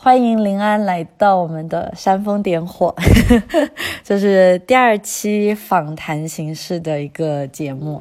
欢迎林安来到我们的煽风点火这是第2期访谈形式的一个节目。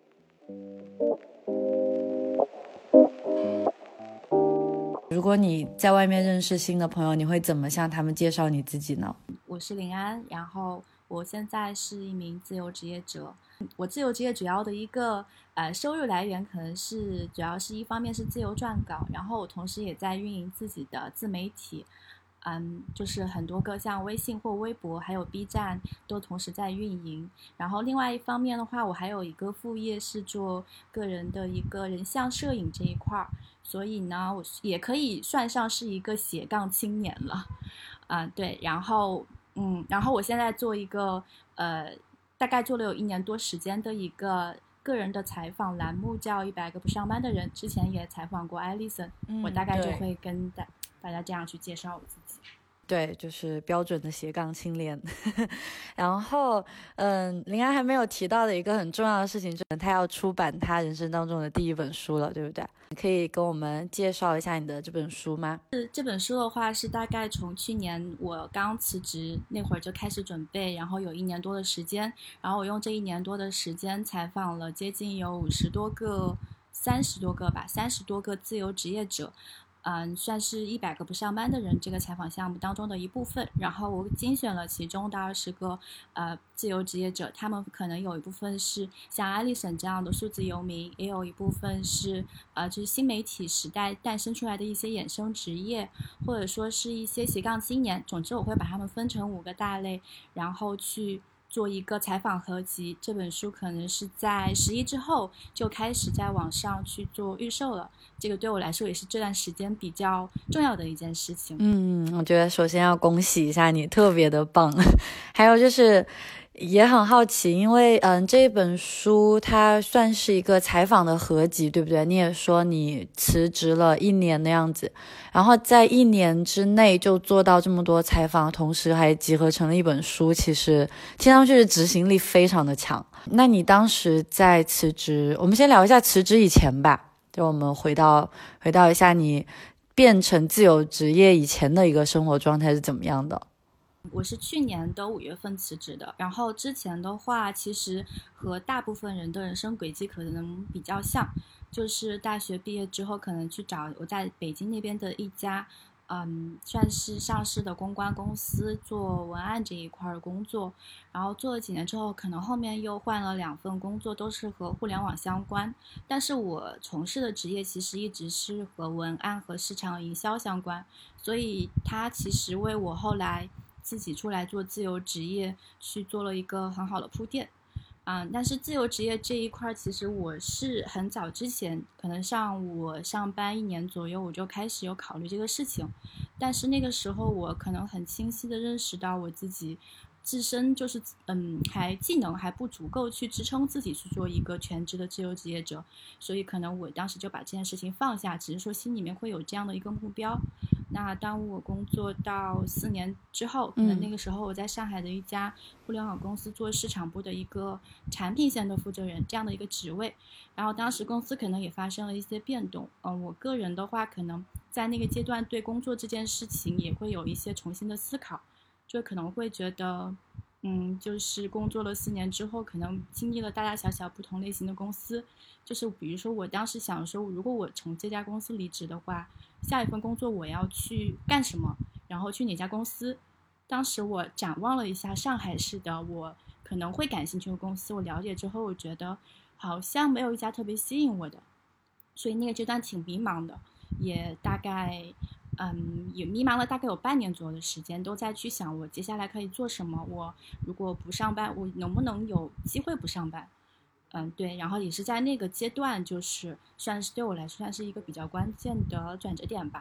如果你在外面认识新的朋友，你会怎么向他们介绍你自己呢？ 我是林安，然后我现在是一名自由职业者。我自由职业主要的一个收入来源可能是主要是一方面是自由撰稿，然后我同时也在运营自己的自媒体，就是很多个像微信或微博还有 B 站都同时在运营。然后另外一方面的话，我还有一个副业是做个人的一个人像摄影这一块，所以呢我也可以算上是一个斜杠青年了。对，然后我现在做一个大概做了有1年多时间的一个个人的采访栏目，叫100个不上班的人。之前也采访过艾丽森，我大概就会跟大家这样去介绍我自己。 对，就是标准的斜杠青年然后林安还没有提到的一个很重要的事情，就是他要出版他人生当中的第1本书了，对不对？你可以跟我们介绍一下你的这本书吗？ 这本书的话是大概从去年我刚辞职那会儿就开始准备，然后有1年多的时间，然后我用这1年多的时间采访了接近有50多个30多个吧，30多个自由职业者，算是100个不上班的人这个采访项目当中的一部分。然后我精选了其中的20个自由职业者，他们可能有一部分是像艾丽森这样的数字游民，也有一部分是就是新媒体时代诞生出来的一些衍生职业，或者说是一些斜杠青年。总之我会把他们分成5个大类，然后去做一个采访合集。这本书可能是在11之后就开始在网上去做预售了，这个对我来说也是这段时间比较重要的一件事情。 我觉得首先要恭喜一下你，特别的棒还有就是也很好奇，因为这本书它算是一个采访的合集，对不对？你也说你辞职了1年的样子，然后在1年之内就做到这么多采访，同时还集合成了一本书，其实听上去执行力非常的强。那你当时在辞职，我们先聊一下辞职以前吧，就我们回到一下你变成自由职业以前的一个生活状态是怎么样的？ 我是去年的5月份辞职的，然后之前的话其实和大部分人的人生轨迹可能比较像，就是大学毕业之后可能去找我在北京那边的一家算是上市的公关公司做文案这一块的工作，然后做了几年之后，可能后面又换了2份工作，都是和互联网相关，但是我从事的职业其实一直是和文案和市场营销相关，所以它其实为我后来自己出来做自由职业去做了一个很好的铺垫。但是自由职业这一块其实我是很早之前，可能我上班1年左右我就开始有考虑这个事情，但是那个时候我可能很清晰的认识到我自己自身就是技能还不足够去支撑自己去做一个全职的自由职业者，所以可能我当时就把这件事情放下，只是说心里面会有这样的一个目标。那当我工作到4年之后，可能那个时候我在上海的一家互联网公司做市场部的一个产品线的负责人这样的一个职位，然后当时公司可能也发生了一些变动，我个人的话可能在那个阶段对工作这件事情也会有一些重新的思考，就可能会觉得就是工作了4年之后，可能经历了大大小小不同类型的公司，就是比如说我当时想说，如果我从这家公司离职的话，下一份工作我要去干什么，然后去哪家公司。当时我展望了一下上海市的我可能会感兴趣的公司，我了解之后我觉得好像没有一家特别吸引我的，所以那个阶段挺迷茫的，也大概也迷茫了大概有半年左右的时间，都在去想我接下来可以做什么，我如果不上班我能不能有机会不上班。对，然后也是在那个阶段，就是算是对我来说算是一个比较关键的转折点吧。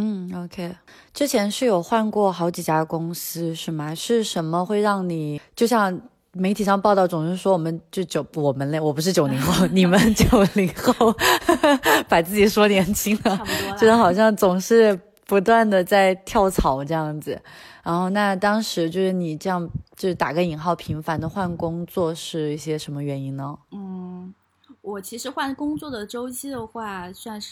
OK， 之前是有换过好几家公司是吗？是什么会让你，就像媒体上报道总是说我不是90后你们90后把自己说年轻了， 差不多了， 就是好像总是不断的在跳槽这样子。然后那当时就是你这样就是打个引号频繁的换工作是一些什么原因呢？ 我其实换工作的周期的话算是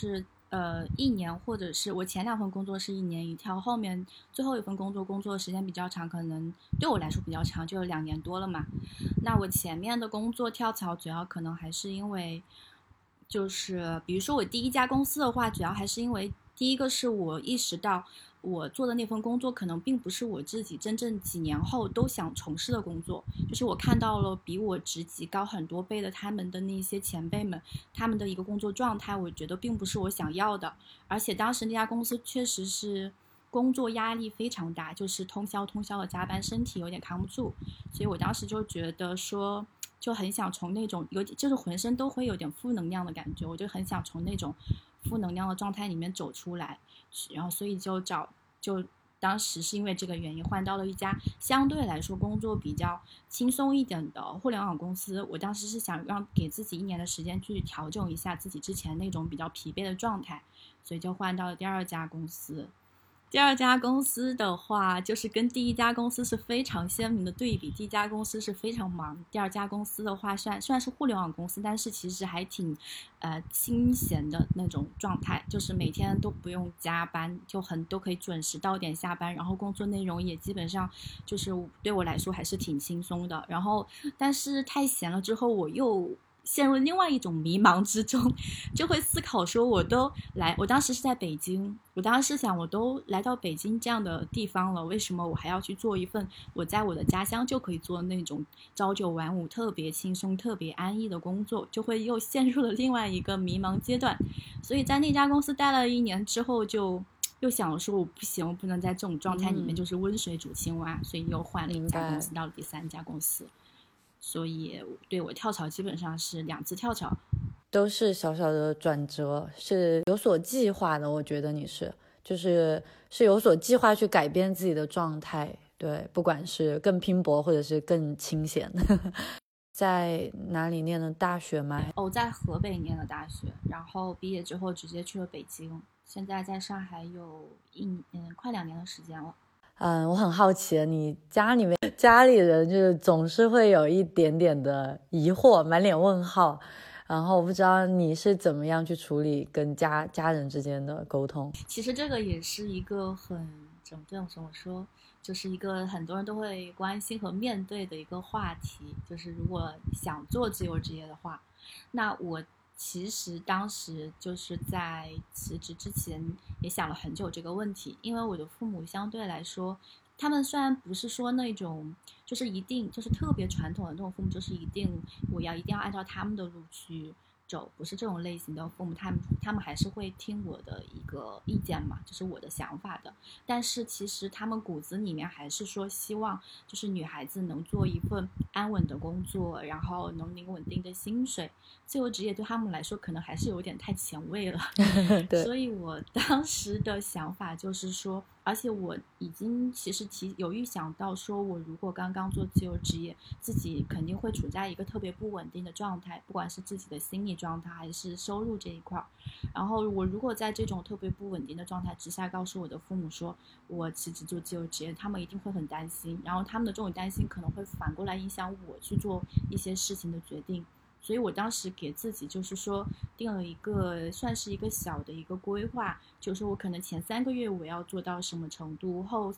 一年，或者是我前2份工作是1年一跳，后面最后一份工作的时间比较长，可能对我来说比较长，就2年多了嘛。那我前面的工作跳槽主要可能还是因为，就是比如说我第一家公司的话，主要还是因为第一个是我意识到我做的那份工作可能并不是我自己真正几年后都想从事的工作，就是我看到了比我职级高很多倍的他们的那些前辈们，他们的一个工作状态，我觉得并不是我想要的。而且当时那家公司确实是工作压力非常大，就是通宵的加班，身体有点扛不住，所以我当时就觉得说就很想从那种就是浑身都会有点负能量的感觉，我就很想从那种负能量的状态里面走出来，然后所以就当时是因为这个原因换到了一家相对来说工作比较轻松一点的互联网公司。我当时是想给自己1年的时间去调整一下自己之前那种比较疲惫的状态，所以就换到了第2家公司。第2家公司的话，就是跟第1家公司是非常鲜明的对比。第1家公司是非常忙，第2家公司的话，虽然是互联网公司，但是其实还挺清闲的那种状态，就是每天都不用加班，都可以准时到点下班，然后工作内容也基本上就是对我来说还是挺轻松的。然后但是太闲了之后，我又陷入另外一种迷茫之中，就会思考说我当时是在北京，我当时想我都来到北京这样的地方了，为什么我还要去做一份我在我的家乡就可以做的那种朝9晚5特别轻松特别安逸的工作，就会又陷入了另外一个迷茫阶段。所以在那家公司待了1年之后，就又想说我不行，我不能在这种状态里面就是温水煮青蛙，所以又换了一家公司，到了第3家公司。所以对我跳槽基本上是2次跳槽， 都是小小的转折，是有所计划的。我觉得你就是有所计划去改变自己的状态，对，不管是更拼搏或者是更清闲。在哪里念的大学吗？ 我在河北念的大学，然后毕业之后直接去了北京，现在在上海有快2年的时间了。 我很好奇，你家里人就是总是会有一点点的疑惑，满脸问号，然后我不知道你是怎么样去处理跟家人之间的沟通。 其实这个也是一个怎么说，就是一个很多人都会关心和面对的一个话题，就是如果想做自由职业的话，那我其实当时就是在辞职之前也想了很久这个问题，因为我的父母相对来说，他们虽然不是说那种就是一定就是特别传统的那种父母，就是一定要按照他们的路去走，不是这种类型的父母，他们还是会听我的一个意见嘛，就是我的想法的。但是其实他们骨子里面还是说希望就是女孩子能做一份安稳的工作，然后能领稳定的薪水。自由职业对他们来说可能还是有点太前卫了。 对， 所以我当时的想法就是说，而且我已经其实有预想到说，我如果刚刚做自由职业，自己肯定会处在一个特别不稳定的状态，不管是自己的心理状态还是收入这一块。然后我如果在这种特别不稳定的状态之下告诉我的父母说我辞职做自由职业，他们一定会很担心，然后他们的这种担心可能会反过来影响我去做一些事情的决定。所以我当时给自己就是说定了一个算是一个小的一个规划，就是我可能前3个月我要做到什么程度，后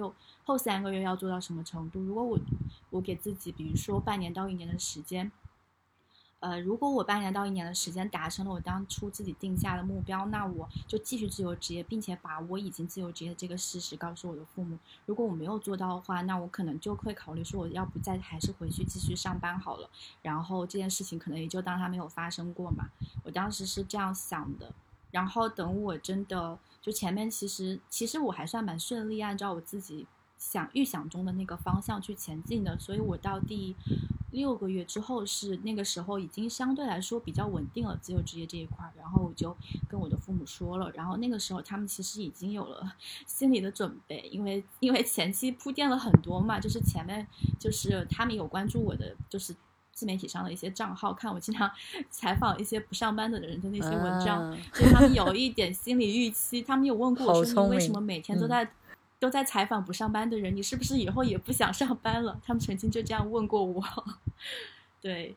3个月要做到什么程度。如果我给自己比如说半年到1年的时间，如果我半年到1年的时间达成了我当初自己定下的目标，那我就继续自由职业，并且把我已经自由职业这个事实告诉我的父母。如果我没有做到的话，那我可能就会考虑说我要不再还是回去继续上班好了，然后这件事情可能也就当它没有发生过嘛。我当时是这样想的。然后等我真的就前面其实我还算蛮顺利，按照我自己预想中的那个方向去前进的，所以我到第6个月之后是那个时候已经相对来说比较稳定了自由职业这一块，然后我就跟我的父母说了，然后那个时候他们其实已经有了心理的准备，因为前期铺垫了很多嘛，就是前面就是他们有关注我的就是自媒体上的一些账号，看我经常采访一些不上班的人的那些文章，所以他们有一点心理预期，他们有问过我说你为什么每天都在采访不上班的人，你是不是以后也不想上班了？他们曾经就这样问过我。对，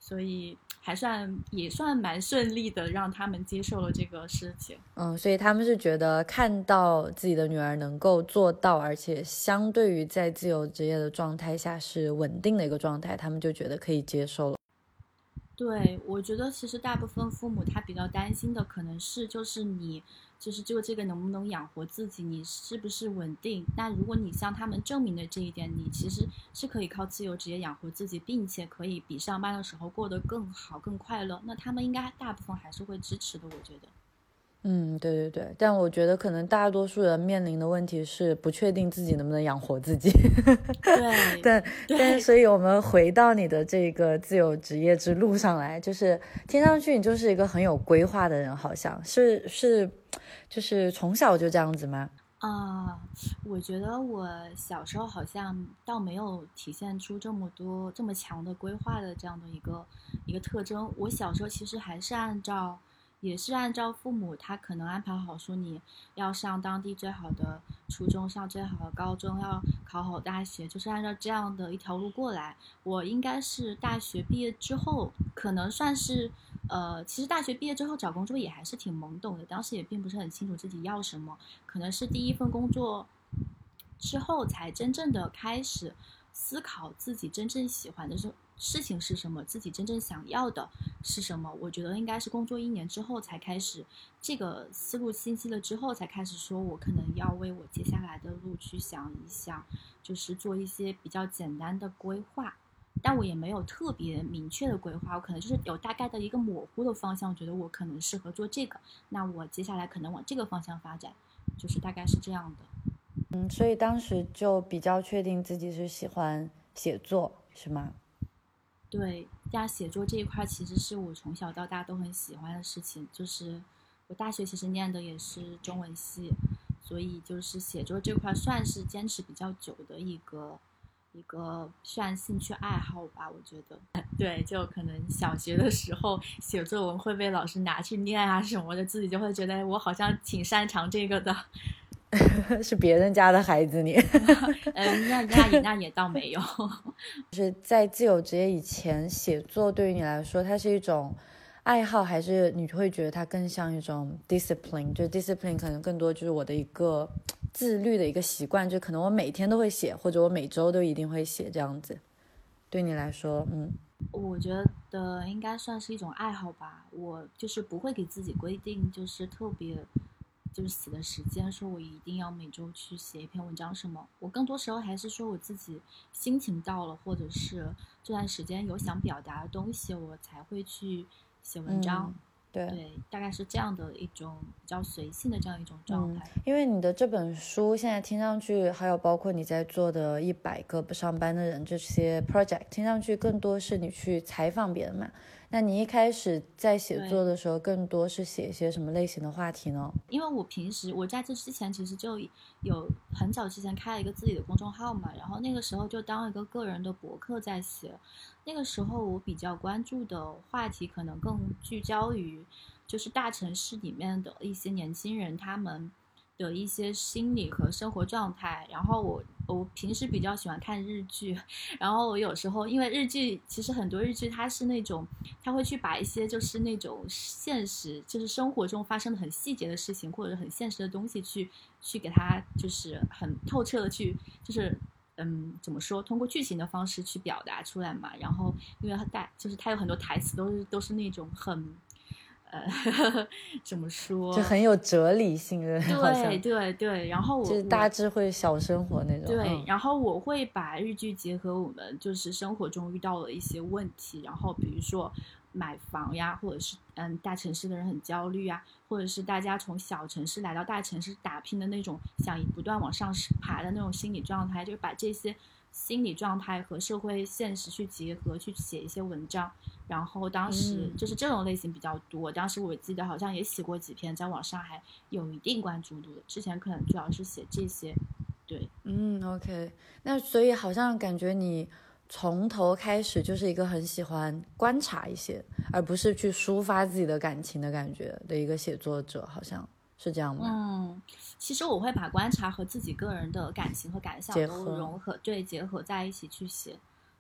所以也算蛮顺利的，让他们接受了这个事情。 所以他们是觉得看到自己的女儿能够做到，而且相对于在自由职业的状态下是稳定的一个状态，他们就觉得可以接受了。 对，我觉得其实大部分父母他比较担心的可能是就是你就是这个能不能养活自己，你是不是稳定。那如果你向他们证明了这一点，你其实是可以靠自由职业养活自己，并且可以比上班的时候过得更好更快乐，那他们应该大部分还是会支持的，我觉得。 对对对，但我觉得可能大多数人面临的问题是不确定自己能不能养活自己。 对但所以我们回到你的这个自由职业之路上来，就是听上去你就是一个很有规划的人，好像是就是从小就这样子吗？ 我觉得我小时候好像倒没有体现出这么强的规划的这样的一个特征。我小时候其实也是按照父母他可能安排好，说你要上当地最好的初中，上最好的高中，要考好大学，就是按照这样的一条路过来。我应该是大学毕业之后，可能算是其实大学毕业之后找工作也还是挺懵懂的，当时也并不是很清楚自己要什么，可能是第一份工作之后才真正的开始思考自己真正喜欢的事情是什么，自己真正想要的是什么。我觉得应该是工作1年之后才开始，这个思路清晰了之后才开始说我可能要为我接下来的路去想一想，就是做一些比较简单的规划。但我也没有特别明确的规划，我可能就是有大概的一个模糊的方向，我觉得我可能适合做这个，那我接下来可能往这个方向发展，就是大概是这样的。 所以当时就比较确定自己是喜欢写作，是吗？ 对，像写作这一块其实是我从小到大都很喜欢的事情，就是我大学其实念的也是中文系，所以就是写作这块算是坚持比较久的一个算兴趣爱好吧，我觉得。对，就可能小学的时候写作文会被老师拿去念啊什么的，自己就会觉得我好像挺擅长这个的。 是别人家的孩子你。 那也倒没有。 就是在自由职业以前，写作对于你来说，它是一种爱好，还是你会觉得它更像一种 discipline？ 就 discipline 可能更多就是我的一个自律的一个习惯，就可能我每天都会写，或者我每周都一定会写这样子。对你来说， 我觉得应该算是一种爱好吧。我就是不会给自己规定，就是特别就是死的时间，说我一定要每周去写一篇文章什么。我更多时候还是说我自己心情到了，或者是这段时间有想表达的东西，我才会去写文章。对，大概是这样的一种比较随性的这样一种状态。 因为你的这本书现在听上去，还有包括你在做的100个不上班的人这些 project， 听上去更多是你去采访别人嘛。那你一开始在写作的时候，更多是写一些什么类型的话题呢？ 因为我在这之前其实就有很早之前开了一个自己的公众号嘛，然后那个时候就当一个个人的博客在写。那个时候我比较关注的话题可能更聚焦于就是大城市里面的一些年轻人他们的一些心理和生活状态。然后我平时比较喜欢看日剧，然后我有时候因为日剧其实很多日剧它是那种它会去把一些就是那种现实就是生活中发生的很细节的事情或者很现实的东西去给它就是很透彻的去就是怎么说？通过剧情的方式去表达出来嘛。然后，因为它有很多台词都是那种很，怎么说？ 就很有哲理性的， 对。然后就是大智慧小生活那种。 对，然后我会把日剧结合我们就是生活中遇到的一些问题，然后比如说买房呀，或者是大城市的人很焦虑啊，或者是大家从小城市来到大城市打拼的那种想不断往上爬的那种心理状态，就是把这些心理状态和社会现实去结合，去写一些文章。然后当时就是这种类型比较多，当时我记得好像也写过几篇，在网上还有一定关注度的。之前可能主要是写这些，对。 OK， 那所以好像感觉你从头开始就是一个很喜欢观察一些，而不是去抒发自己的感情的感觉的一个写作者，好像是这样吗？ 其实我会把观察和自己个人的感情和感想都融合，对，结合在一起去写。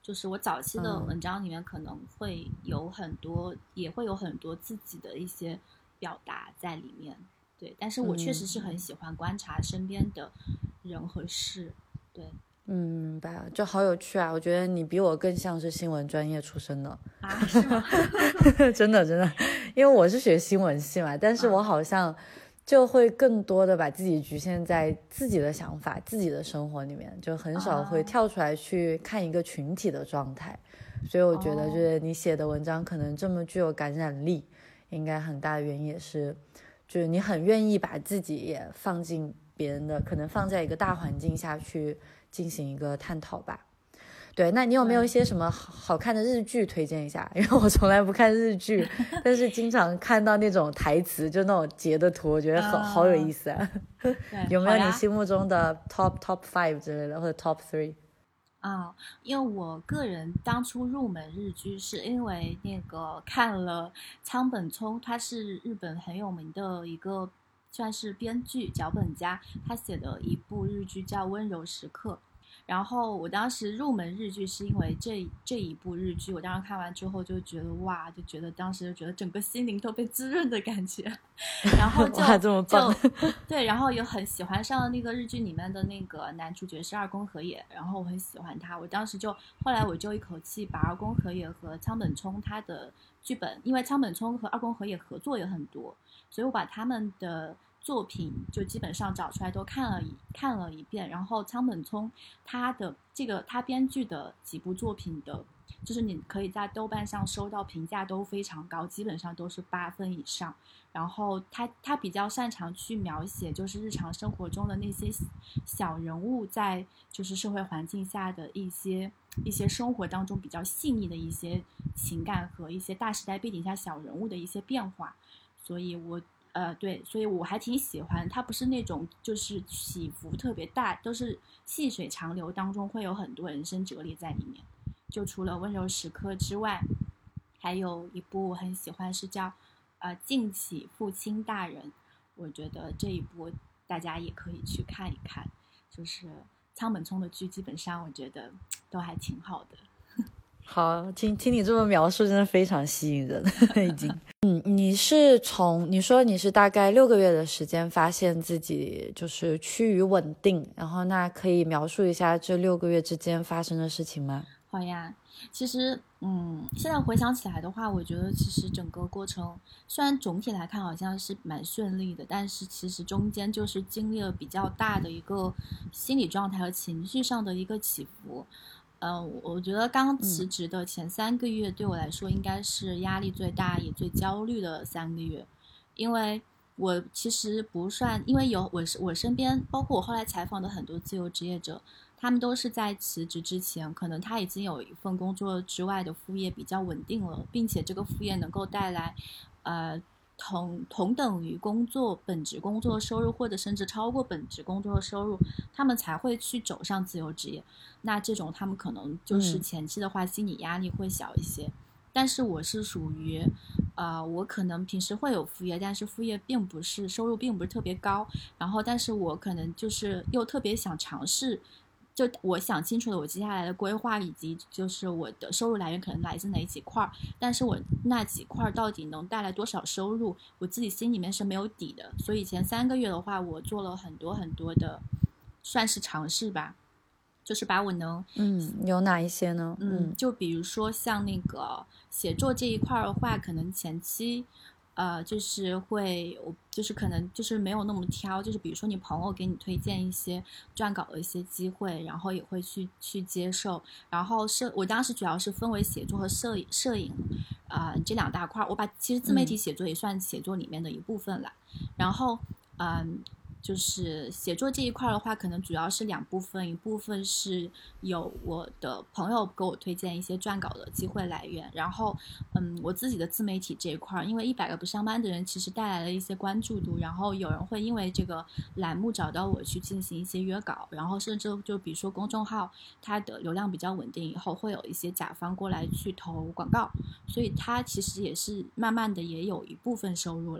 就是我早期的文章里面可能会有很多，也会有很多自己的一些表达在里面。对，但是我确实是很喜欢观察身边的人和事。对， 明白了，就好有趣啊！我觉得你比我更像是新闻专业出身的啊，是吗？ 真的，因为我是学新闻系嘛，但是我好像就会更多的把自己局限在自己的想法、自己的生活里面，就很少会跳出来去看一个群体的状态。所以我觉得，就是你写的文章可能这么具有感染力，应该很大的原因也是，就是你很愿意把自己也放进别人的，可能放在一个大环境下去进行一个探讨吧。对，那你有没有一些什么好看的日剧推荐一下？因为我从来不看日剧，但是经常看到那种台词，就那种截的图，我觉得好有意思啊。有没有你心目中的 top 5之类的，或者 top 3？ 因为我个人当初入门日剧是因为那个看了仓本聪，他是日本很有名的一个算是编剧脚本家，他写的一部日剧叫《温柔时刻》。然后我当时入门日剧是因为这一部日剧，我当时看完之后就觉得哇，就觉得当时就觉得整个心灵都被滋润的感觉，然后这么棒对，然后也很喜欢上那个日剧里面的那个男主角是二宫和也，然后我很喜欢他，我当时后来我就一口气把二宫和也和仓本聪他的剧本，因为仓本聪和二宫和也合作也很多，所以我把他们的作品就基本上找出来都看了一遍，然后仓本聪他编剧的几部作品的，就是你可以在豆瓣上收到评价都非常高，基本上都是8分以上。然后他比较擅长去描写就是日常生活中的那些小人物在就是社会环境下的一些生活当中比较细腻的一些情感和一些大时代背景下小人物的一些变化，所以所以我还挺喜欢它，不是那种就是起伏特别大，都是细水长流当中会有很多人生哲理在里面。就除了温柔时刻之外，还有一部我很喜欢是叫敬启父亲大人，我觉得这一部大家也可以去看一看，就是仓本聪的剧基本上我觉得都还挺好的。 好，听你这么描述真的非常吸引人已经你说你是大概6个月的时间发现自己就是趋于稳定，然后那可以描述一下这6个月之间发生的事情吗？ 好呀，其实现在回想起来的话，我觉得其实整个过程虽然总体来看好像是蛮顺利的，但是其实中间就是经历了比较大的一个心理状态和情绪上的一个起伏。我觉得刚辞职的前3个月对我来说应该是压力最大也最焦虑的3个月，因为我其实不算，因为我身边包括我后来采访的很多自由职业者，他们都是在辞职之前，可能他已经有一份工作之外的副业比较稳定了，并且这个副业能够带来同等于本职工作收入，或者甚至超过本职工作的收入，他们才会去走上自由职业。那这种他们可能就是前期的话心理压力会小一些。但是我是属于我可能平时会有副业，但是副业收入并不是特别高，然后但是我可能就是又特别想尝试，就我想清楚了我接下来的规划，以及就是我的收入来源可能来自哪几块，但是我那几块到底能带来多少收入，我自己心里面是没有底的。所以前3个月的话，我做了很多很多的算是尝试吧，就是把我能有哪一些呢？ 就比如说像那个写作这一块的话，可能前期就是可能就是没有那么挑，就是比如说你朋友给你推荐一些撰稿的一些机会，然后也会去接受。然后我当时主要是分为写作和摄影这2大块，其实自媒体写作也算写作里面的一部分了。然后就是写作这一块的话，可能主要是2部分，一部分是有我的朋友给我推荐一些撰稿的机会来源，然后我自己的自媒体这一块，因为100个不上班的人其实带来了一些关注度，然后有人会因为这个栏目找到我去进行一些约稿，然后甚至就比如说公众号它的流量比较稳定以后，会有一些甲方过来去投广告，所以它其实也是慢慢的也有一部分收入了。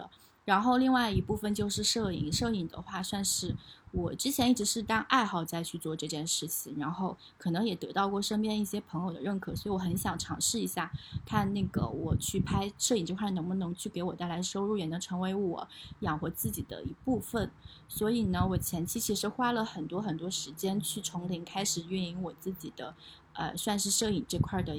然后另外一部分就是摄影，摄影的话算是我之前一直是当爱好在去做这件事情，然后可能也得到过身边一些朋友的认可，所以我很想尝试一下，看那个我去拍摄影这块能不能去给我带来收入，也能成为我养活自己的一部分。所以呢，我前期其实花了很多很多时间去从零开始运营我自己的算是摄影这块的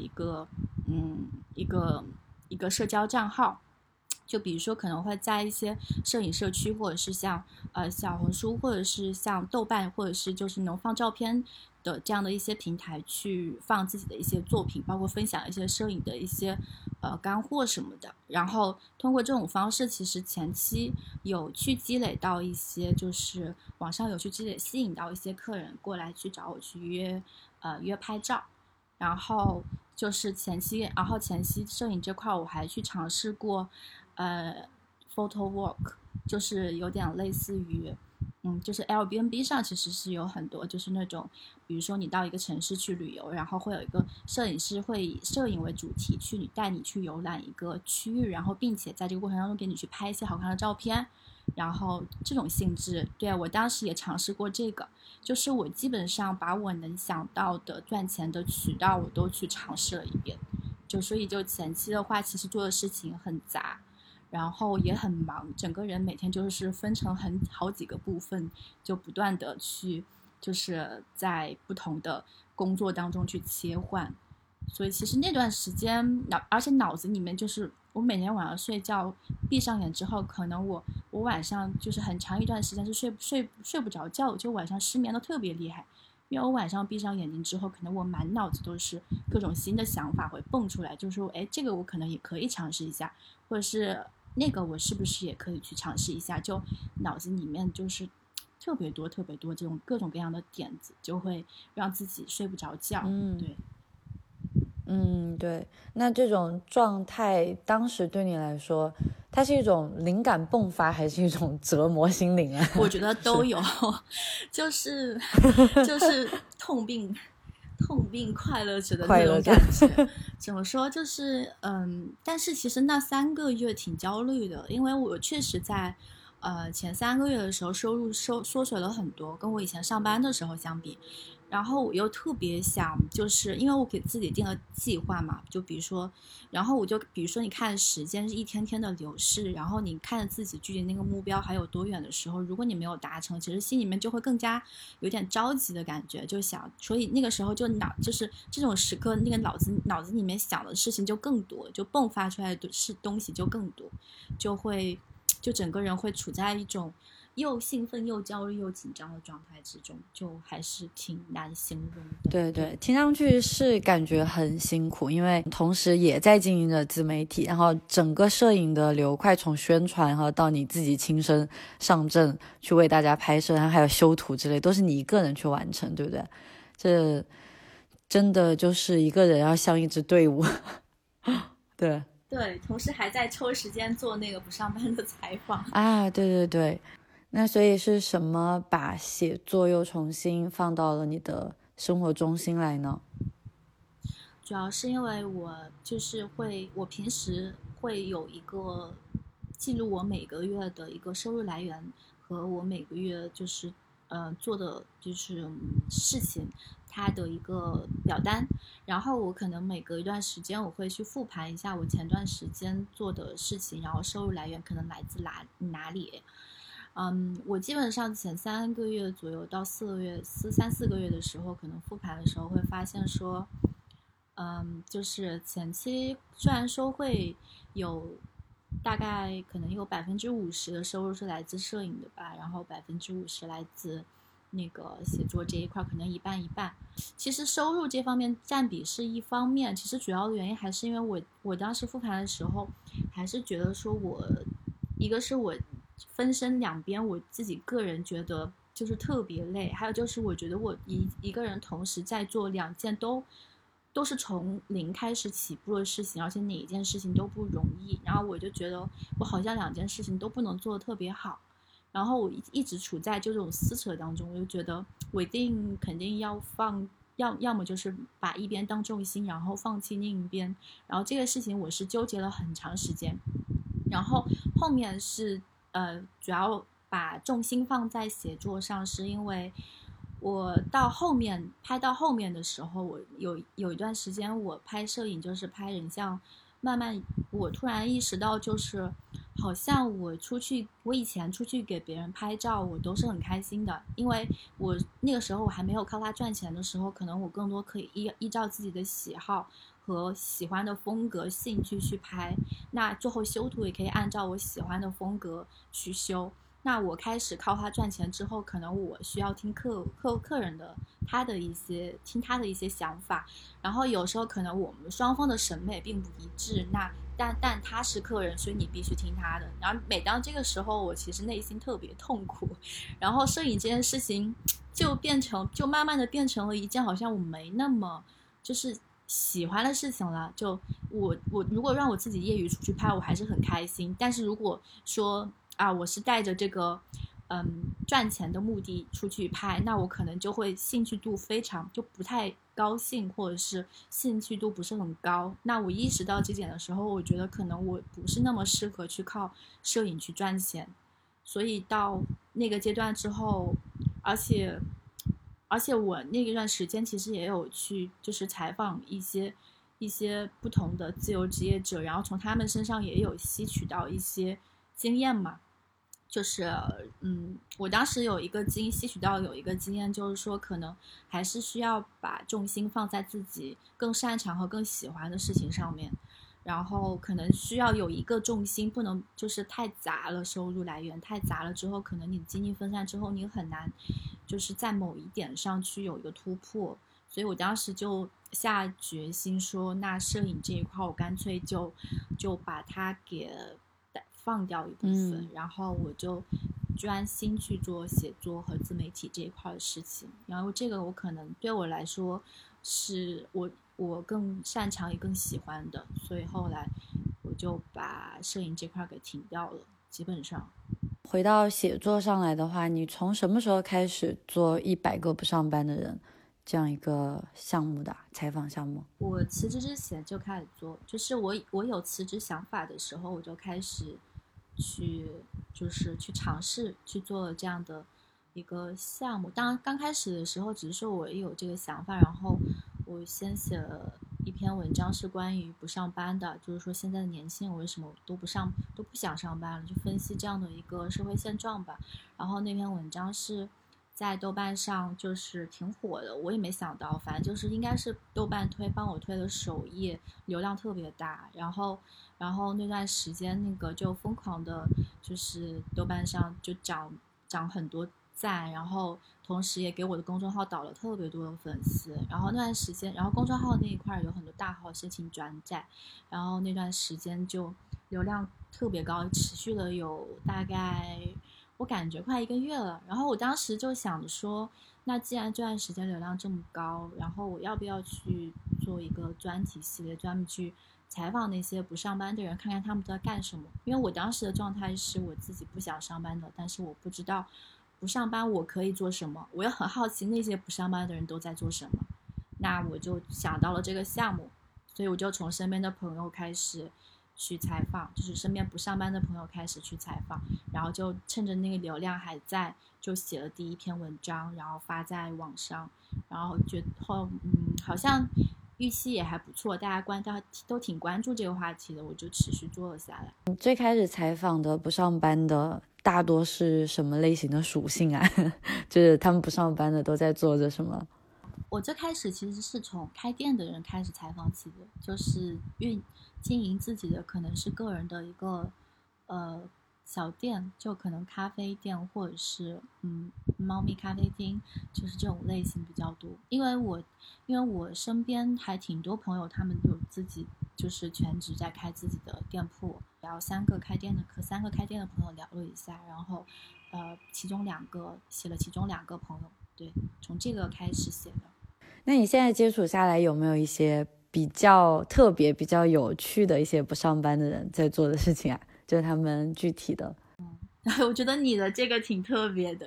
一个社交账号。就比如说可能会在一些摄影社区，或者是像小红书，或者是像豆瓣，或者是就是能放照片的这样的一些平台去放自己的一些作品，包括分享一些摄影的一些干货什么的。然后通过这种方式，其实前期有去积累到一些，就是网上有去积累，吸引到一些客人过来去找我去约拍照。然后就是前期摄影这块我还去尝试过photo walk， 就是有点类似于就是 Airbnb 上其实是有很多就是那种，比如说你到一个城市去旅游，然后会有一个摄影师会以摄影为主题去带你去游览一个区域，然后并且在这个过程当中给你去拍一些好看的照片，然后这种性质，对，我当时也尝试过这个，就是我基本上把我能想到的赚钱的渠道我都去尝试了一遍，就所以就前期的话其实做的事情很杂，然后也很忙，整个人每天就是分成好几个部分，就不断的去就是在不同的工作当中去切换。所以其实那段时间而且脑子里面就是我每天晚上睡觉闭上眼之后，可能我晚上就是很长一段时间是睡不着觉，就晚上失眠的特别厉害，因为我晚上闭上眼睛之后，可能我满脑子都是各种新的想法会蹦出来，就是说哎，这个我可能也可以尝试一下，或者是那个我是不是也可以去尝试一下，就脑子里面就是特别多这种各种各样的点子，就会让自己睡不着觉。对。 对，那这种状态当时对你来说，它是一种灵感迸发，还是一种折磨心灵啊？ 我觉得都有，就是痛并快乐着的那种感觉。怎么说？就是但是其实那3个月挺焦虑的，因为我确实在前3个月的时候收入缩水了很多，跟我以前上班的时候相比。然后我又特别想，就是因为我给自己定了计划嘛，就比如说，然后我就比如说你看时间是一天天的流逝，然后你看着自己距离那个目标还有多远的时候，如果你没有达成，其实心里面就会更加有点着急的感觉，就想，所以那个时候就是这种时刻，那个脑子里面想的事情就更多，就迸发出来的东西就更多，就整个人会处在一种又兴奋又焦虑又紧张的状态之中，就还是挺难形容的。 对，听上去是感觉很辛苦，因为同时也在经营着自媒体，然后整个摄影的流快从宣传然后到你自己亲身上阵去为大家拍摄，然后还有修图之类都是你一个人去完成，对不对？这真的就是一个人要像一支队伍。 对，同时还在抽时间做那个不上班的采访啊。对，那所以是什么把写作又重新放到了你的生活中心来呢？ 主要是因为我平时会有一个记录我每个月的一个收入来源和我每个月就是做的就是事情它的一个表单，然后我可能每隔一段时间我会去复盘一下我前段时间做的事情，然后收入来源可能来自哪里。我基本上前3个月左右到3、4个月的时候，可能复盘的时候会发现说，就是前期虽然说会有大概可能有50%的收入是来自摄影的吧，然后50%来自那个写作这一块，可能一半一半。其实收入这方面占比是一方面，其实主要的原因还是因为我当时复盘的时候，还是觉得说一个是我分身两边，我自己个人觉得就是特别累，还有就是我觉得我一个人同时在做2件都是从零开始起步的事情，而且哪一件事情都不容易，然后我就觉得我好像2件事情都不能做得特别好，然后我一直处在这种撕扯当中，我就觉得我肯定要要么就是把一边当重心，然后放弃另一边，然后这个事情我是纠结了很长时间，然后后面是主要把重心放在写作上，是因为我拍到后面的时候，我有一段时间我拍摄影就是拍人像，慢慢我突然意识到，就是好像我以前出去给别人拍照，我都是很开心的，因为我那个时候我还没有靠它赚钱的时候，可能我更多可以依照自己的喜好和喜欢的风格兴趣去拍，那最后修图也可以按照我喜欢的风格去修。那我开始靠它赚钱之后，可能我需要听客人的听他的一些想法，然后有时候可能我们双方的审美并不一致，那但他是客人，所以你必须听他的。然后每当这个时候，我其实内心特别痛苦，然后摄影这件事情就慢慢的变成了一件好像我没那么就是喜欢的事情了。就我如果让我自己业余出去拍，我还是很开心，但是如果说我是带着这个赚钱的目的出去拍，那我可能就会兴趣度就不太高兴，或者是兴趣度不是很高。那我意识到这点的时候，我觉得可能我不是那么适合去靠摄影去赚钱。所以到那个阶段之后，而且我那段时间其实也有去就是采访一些不同的自由职业者，然后从他们身上也有吸取到一些经验嘛。就是我当时吸取到有一个经验，就是说可能还是需要把重心放在自己更擅长和更喜欢的事情上面，然后可能需要有一个重心，不能就是太杂了，收入来源太杂了之后，可能你精力分散之后，你很难就是在某一点上去有一个突破。所以我当时就下决心说，那摄影这一块我干脆就把它给放掉一部分，然后我就专心去做写作和自媒体这一块的事情。然后这个我可能对我来说是我更擅长也更喜欢的，所以后来我就把摄影这块给停掉了。基本上回到写作上来的话，你从什么时候开始做100个不上班的人这样一个项目的采访项目？ 我辞职之前就开始做，就是我有辞职想法的时候，我就开始去尝试去做这样的一个项目。当然刚开始的时候只是说我有这个想法，然后我先写了一篇文章是关于不上班的，就是说现在的年轻人为什么都不想上班了，就分析这样的一个社会现状吧。然后那篇文章是在豆瓣上就是挺火的，我也没想到，反正就是应该是豆瓣帮我推的首页，流量特别大。然后那段时间那个就疯狂的，就是豆瓣上就涨很多赞，然后同时也给我的公众号导了特别多的粉丝。然后那段时间，然后公众号那一块有很多大号申请转载，然后那段时间就流量特别高，持续了有大概我感觉快1个月了。然后我当时就想着说，那既然这段时间流量这么高，然后我要不要去做一个专题系列，专门去采访那些不上班的人，看看他们都在干什么。因为我当时的状态是我自己不想上班的，但是我不知道不上班我可以做什么，我又很好奇那些不上班的人都在做什么。那我就想到了这个项目，所以我就从身边的朋友开始去采访，就是身边不上班的朋友开始去采访，然后就趁着那个流量还在，就写了第一篇文章，然后发在网上，然后好像预期也还不错，大家都挺关注这个话题的，我就持续做了下来。 你最开始采访的不上班的大多是什么类型的属性啊？就是他们不上班的都在做着什么？ 我最开始其实是从开店的人开始采访起的，就是经营自己的可能是个人的一个小店，就可能咖啡店或者是猫咪咖啡厅，就是这种类型比较多。因为我身边还挺多朋友，他们有自己就是全职在开自己的店铺，然后3个开店的朋友聊了一下，然后其中2个写了其中2个朋友，对，从这个开始写的。 那你现在接触下来有没有一些比较特别比较有趣的一些不上班的人在做的事情啊？就是他们具体的。 我觉得你的这个挺特别的。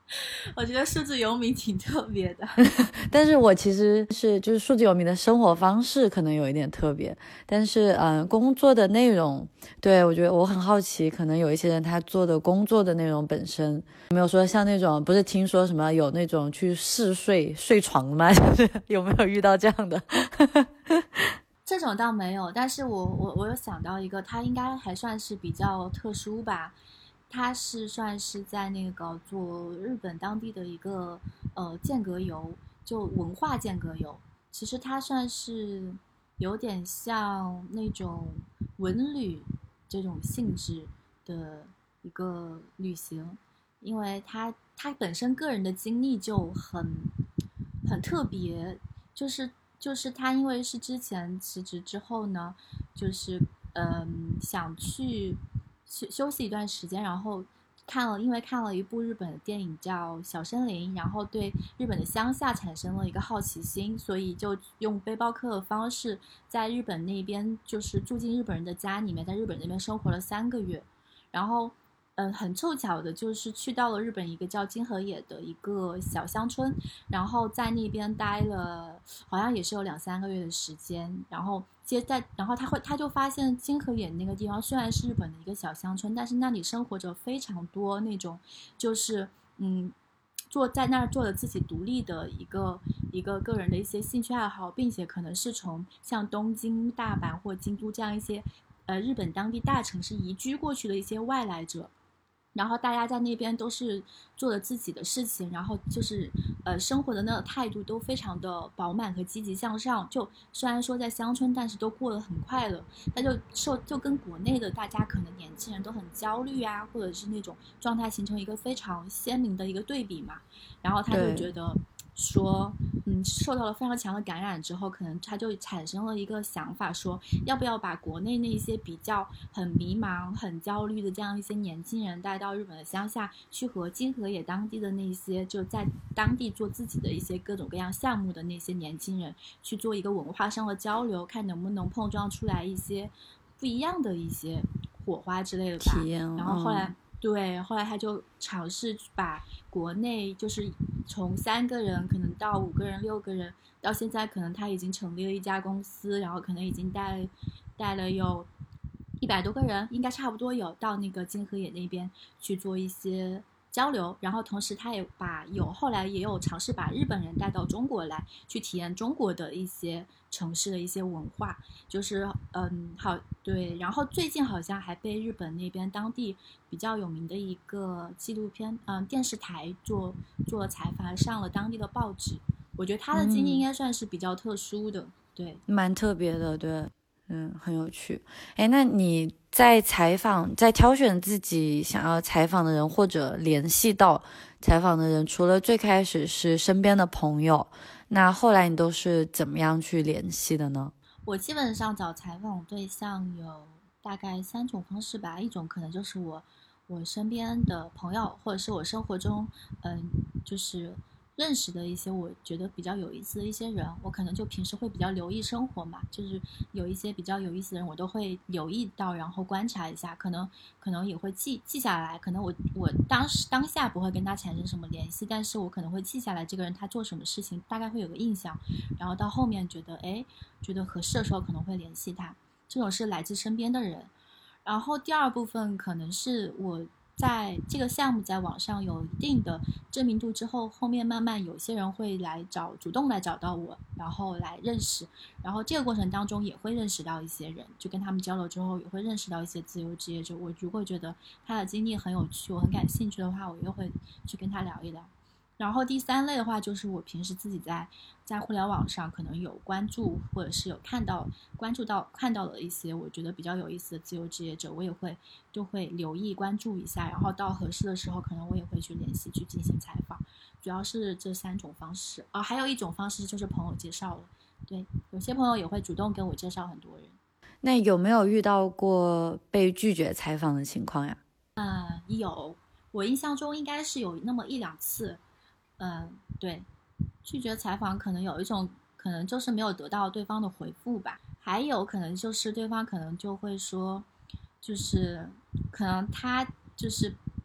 我觉得数字游民挺特别的。 但是我其实是就是数字游民的生活方式可能有一点特别，但是工作的内容，对，我觉得我很好奇，可能有一些人他做的工作的内容本身有没有说像那种，不是听说什么有那种去试睡床吗？就是有没有遇到这样的？ 这种倒没有，但是我有想到一个，他应该还算是比较特殊吧。他是算是在那个做日本当地的一个间隔游，就文化间隔游。其实它算是有点像那种文旅这种性质的一个旅行，因为他本身个人的经历就很特别，就是就是他因为是之前辞职之后呢，就是想去休息一段时间，然后因为看了一部日本的电影叫《小森林》，然后对日本的乡下产生了一个好奇心，所以就用背包客的方式在日本那边就是住进日本人的家里面，在日本那边生活了3个月，然后很凑巧的就是去到了日本一个叫金河野的一个小乡村，然后在那边待了好像也是有2-3个月的时间，然后他就发现金河野那个地方虽然是日本的一个小乡村，但是那里生活着非常多那种就是在那儿做了自己独立的一个个人的一些兴趣爱好，并且可能是从像东京、大阪或京都这样一些日本当地大城市移居过去的一些外来者。然后大家在那边都是做了自己的事情，然后就是生活的那个态度都非常的饱满和积极向上。就虽然说在乡村，但是都过得很快乐。他就跟国内的大家可能年轻人都很焦虑啊，或者是那种状态形成一个非常鲜明的一个对比嘛。然后他就觉得说，受到了非常强的感染之后，可能他就产生了一个想法，说要不要把国内那些比较很迷茫、很焦虑的这样一些年轻人带到日本的乡下去，和金河野当地的那些就在当地做自己的一些各种各样项目的那些年轻人去做一个文化上的交流，看能不能碰撞出来一些不一样的一些火花之类的吧。 体验。 然后后来。对，后来他就尝试把国内就是从3个人可能到5个人、6个人，到现在可能他已经成立了一家公司，然后可能已经带了有100多个人，应该差不多有到那个金河野那边去做一些交流，然后同时他也后来也有尝试把日本人带到中国来，去体验中国的一些城市的一些文化，就是好对，然后最近好像还被日本那边当地比较有名的一个纪录片电视台做了采访，上了当地的报纸。我觉得他的经历应该算是比较特殊的，对， 蛮特别的，对。很有趣。哎，那你在挑选自己想要采访的人，或者联系到采访的人，除了最开始是身边的朋友，那后来你都是怎么样去联系的呢？ 我基本上找采访对象有大概3种方式吧，一种可能就是我身边的朋友，或者是我生活中就是认识的一些我觉得比较有意思的一些人，我可能就平时会比较留意生活嘛，就是有一些比较有意思的人，我都会留意到，然后观察一下，可能也会记下来，可能我当下不会跟他产生什么联系，但是我可能会记下来这个人他做什么事情，大概会有个印象，然后到后面觉得合适的时候可能会联系他，这种是来自身边的人。然后第二部分可能是我在这个项目在网上有一定的知名度之后，后面慢慢有些人会主动来找到我，然后来认识，然后这个过程当中也会认识到一些人，就跟他们交流之后也会认识到一些自由职业者，我如果觉得他的经历很有趣，我很感兴趣的话，我又会去跟他聊一聊。然后第三类的话，就是我平时自己在互联网上可能有关注，或者是有看到了一些我觉得比较有意思的自由职业者，我也就会留意关注一下，然后到合适的时候，可能我也会去联系去进行采访。主要是这3种方式还有一种方式就是朋友介绍了，对，有些朋友也会主动跟我介绍很多人。 那有没有遇到过被拒绝采访的情况呀？ 有，我印象中应该是有那么1-2次。对，拒绝采访可能有一种可能就是没有得到对方的回复吧，还有可能就是对方可能就会说，就是可能他就是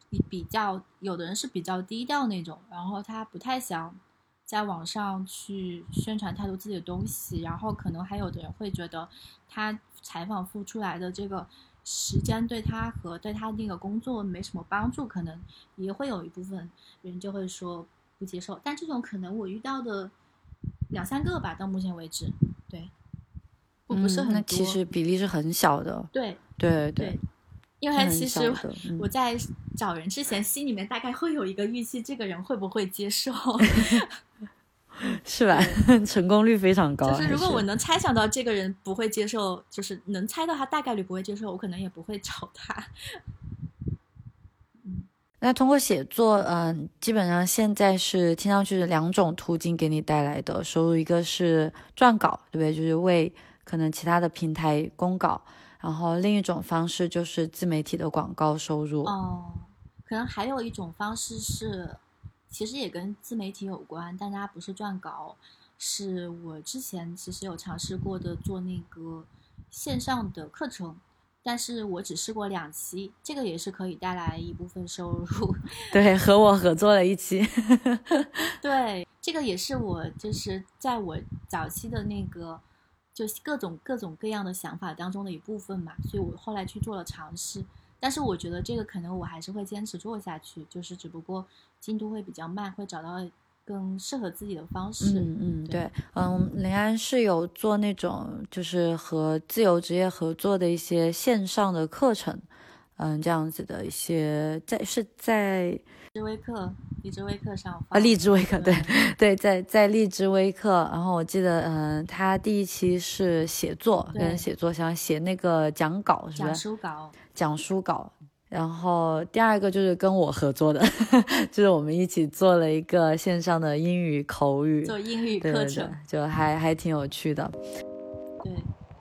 有的人是比较低调那种，然后他不太想在网上去宣传太多自己的东西，然后可能还有的人会觉得他采访付出来的这个时间对他和对他那个工作没什么帮助，可能也会有一部分人就会说不接受，但这种可能我遇到的2-3个吧，到目前为止，对，不是很多， 那其实比例是很小的。 对对对，因为其实我嗯在找人之前，心里面大概会有一个预期，这个人会不会接受， 是吧？成功率非常高。 就是如果我能猜想到这个人不会接受，就是能猜到他大概率不会接受，我可能也不会找他。 那通过写作，基本上现在是听上去是2种途径给你带来的收入，一个是撰稿，对不对？就是为可能其他的平台公稿，然后另一种方式就是自媒体的广告收入。 可能还有一种方式是，其实也跟自媒体有关，但它不是撰稿，是我之前其实有尝试过的做那个线上的课程。但是我只试过2期，这个也是可以带来一部分收入。 对，和我合作了1期。 对，这个也是我就是在我早期的那个就各种各样的想法当中的一部分嘛，所以我后来去做了尝试。但是我觉得这个可能我还是会坚持做下去，就是只不过进度会比较慢，会找到更适合自己的方式。 对，林安是有做那种就是和自由职业合作的一些线上的课程，这样子的一些在荔枝微课上荔枝微课，对，在荔枝微课。然后我记得他第1期是写作，跟写作想写那个讲稿，是吧？讲书稿。然后第2个就是跟我合作的就是我们一起做了一个线上的英语口语， 做英语课程， 对，就还挺有趣的。 对，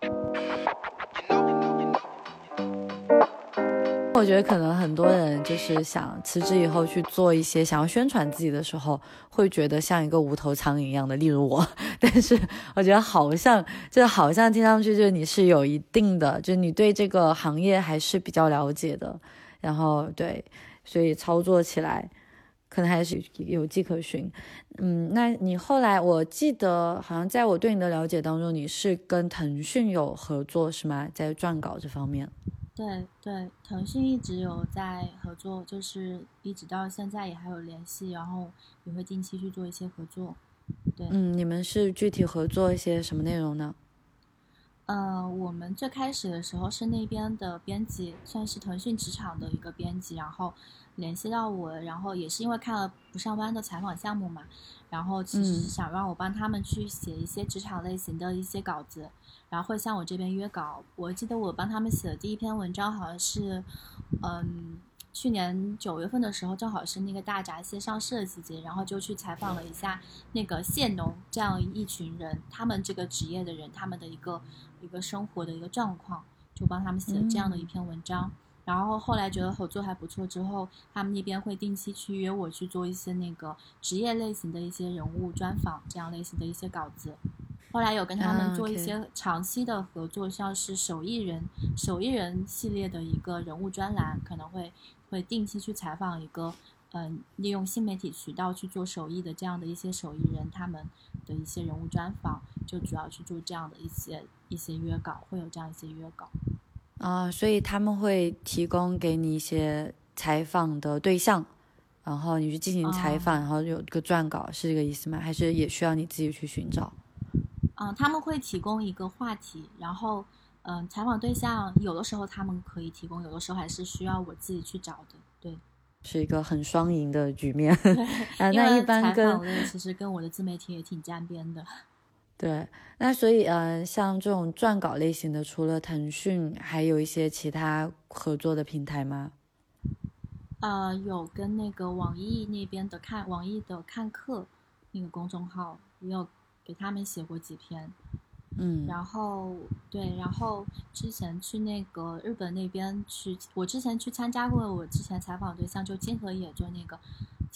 我觉得可能很多人就是想辞职以后去做一些想要宣传自己的时候，会觉得像一个无头苍蝇一样的，例如我。但是我觉得好像听上去就是你是有一定的，就是你对这个行业还是比较了解的，然后对，所以操作起来可能还是有迹可循。那你后来我记得好像在我对你的了解当中，你是跟腾讯有合作是吗？在撰稿这方面。 对，腾讯一直有在合作，就是一直到现在也还有联系，然后也会定期去做一些合作。对， 你们是具体合作一些什么内容呢？ 我们最开始的时候是那边的编辑，算是腾讯职场的一个编辑，然后联系到我，然后也是因为看了不上班的采访项目嘛，然后其实是想让我帮他们去写一些职场类型的一些稿子，然后会向我这边约稿。我记得我帮他们写的第1篇文章好像是去年9月份的时候，正好是那个大闸蟹上市的季节，然后就去采访了一下那个蟹农这样一群人，他们这个职业的人，他们的一个生活的一个状况，就帮他们写了这样的一篇文章。然后后来觉得合作还不错之后，他们那边会定期去约我去做一些那个职业类型的一些人物专访这样类型的一些稿子。后来有跟他们做一些长期的合作，像是手艺人系列的一个人物专栏，可能会定期去采访一个利用新媒体渠道去做手艺的这样的一些手艺人，他们的一些人物专访，就主要去做这样的一些约稿，会有这样一些约稿。 所以他们会提供给你一些采访的对象，然后你去进行采访，然后有个撰稿，是这个意思吗？还是也需要你自己去寻找？ 他们会提供一个话题，然后采访对象有的时候他们可以提供，有的时候还是需要我自己去找的。对， 是一个很双赢的局面。 那一般采访类其实跟我的自媒体也挺沾边的。 对，那所以像这种撰稿类型的，除了腾讯，还有一些其他合作的平台吗？ 有跟那个网易那边的网易的看课那个公众号，也有给他们写过几篇。然后之前去那个日本那边去，我之前去参加过，我之前采访对象就金河也做那个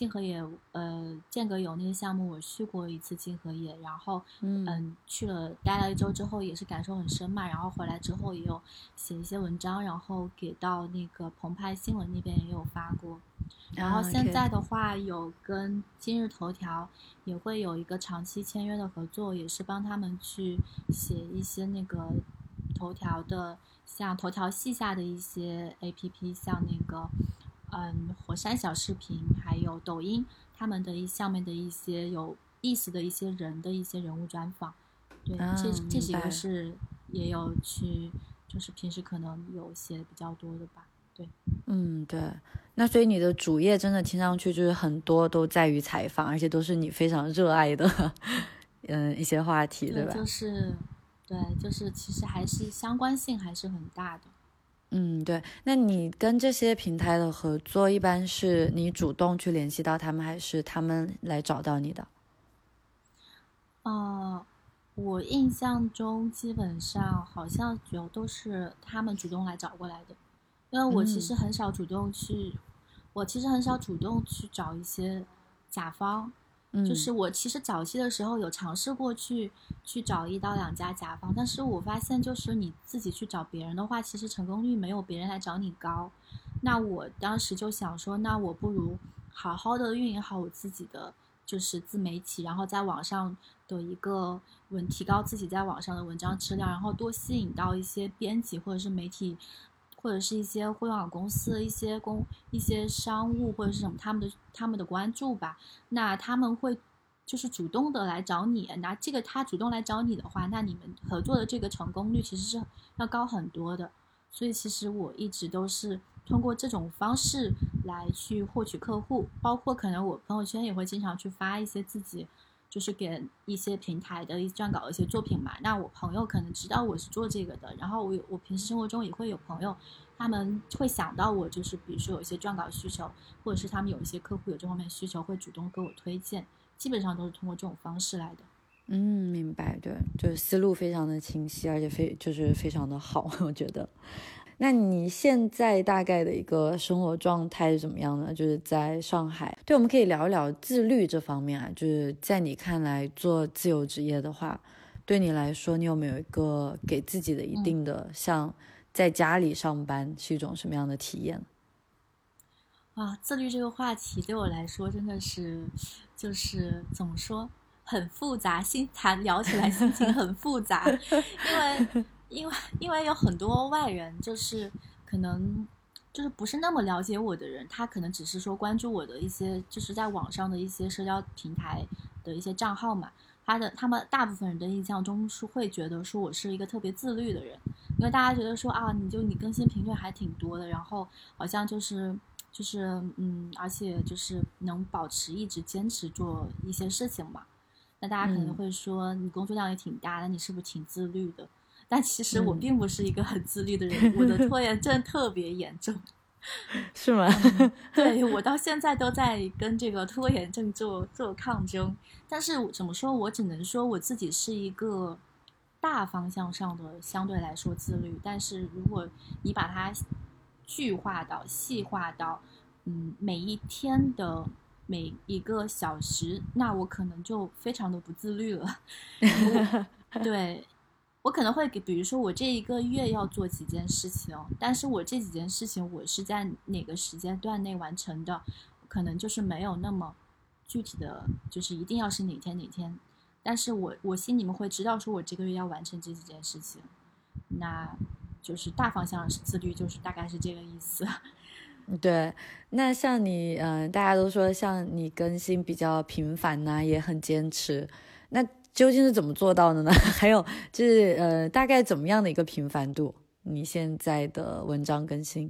静和野间隔游那个项目我去过一次静和野，然后去了待了1周之后也是感受很深嘛，然后回来之后也有写一些文章，然后给到那个澎湃新闻那边也有发过。然后现在的话有跟今日头条也会有一个长期签约的合作，也是帮他们去写一些那个头条的，像头条系下的一些 APP， 像那个火山小视频还有抖音他们的上面的一些有意思的一些人的一些人物专访。对，这几个是也有去，就是平时可能有写比较多的吧。对， 对，那所以你的主业真的听上去就是很多都在于采访，而且都是你非常热爱的一些话题，对吧？ 就是其实还是相关性还是很大的。 对，那你跟这些平台的合作一般是你主动去联系到他们，还是他们来找到你的？ 我印象中基本上好像都是他们主动来找过来的，因为我其实很少主动去，找一些甲方。就是我其实早期的时候有尝试过去找1到2家甲方，但是我发现就是你自己去找别人的话，其实成功率没有别人来找你高。那我当时就想说，那我不如好好的运营好我自己的就是自媒体，然后在网上的一个提高自己在网上的文章质量，然后多吸引到一些编辑或者是媒体或者是一些互联网公司一些商务或者是什么他们的关注吧。那他们会就是主动的来找你，那这个他主动来找你的话，那你们合作的这个成功率其实是要高很多的。所以其实我一直都是通过这种方式来去获取客户，包括可能我朋友圈也会经常去发一些自己就是给一些平台的撰稿的一些作品嘛。那我朋友可能知道我是做这个的，然后我平时生活中也会有朋友他们会想到我，就是比如说有一些撰稿需求，或者是他们有一些客户有这方面需求会主动给我推荐，基本上都是通过这种方式来的。 明白，对，就是思路非常的清晰，而且非常的好，我觉得。那你现在大概的一个生活状态是怎么样呢？就是在上海。对，我们可以聊一聊自律这方面啊，就是在你看来做自由职业的话，对你来说你有没有一个给自己的一定的像在家里上班是一种什么样的体验？ 自律这个话题对我来说真的是就是怎么说很复杂，聊起来心情很复杂因为有很多外人就是可能就是不是那么了解我的人，他可能只是说关注我的一些就是在网上的一些社交平台的一些账号嘛，他们大部分人的印象中是会觉得说我是一个特别自律的人，因为大家觉得说你更新频率还挺多的，然后好像而且就是能保持一直坚持做一些事情嘛。那大家可能会说你工作量也挺大的，你是不是挺自律的？但其实我并不是一个很自律的人，我的拖延症特别严重。 是吗？ 对，我到现在都在跟这个拖延症做抗争。但是怎么说，我只能说我自己是一个大方向上的相对来说自律，但是如果你把它细化到每一天的每一个小时，那我可能就非常的不自律了。对，我可能会比如说我这一个月要做几件事情，但是我这几件事情我是在哪个时间段内完成的，可能就是没有那么具体的，就是一定要是哪天哪天，但是我心里面会知道说我这个月要完成这几件事情，那就是大方向是自律，就是大概是这个意思。 对，那像你大家都说像你更新比较频繁呐，也很坚持，那究竟是怎么做到的呢？还有就是大概怎么样的一个频繁度？你现在的文章更新？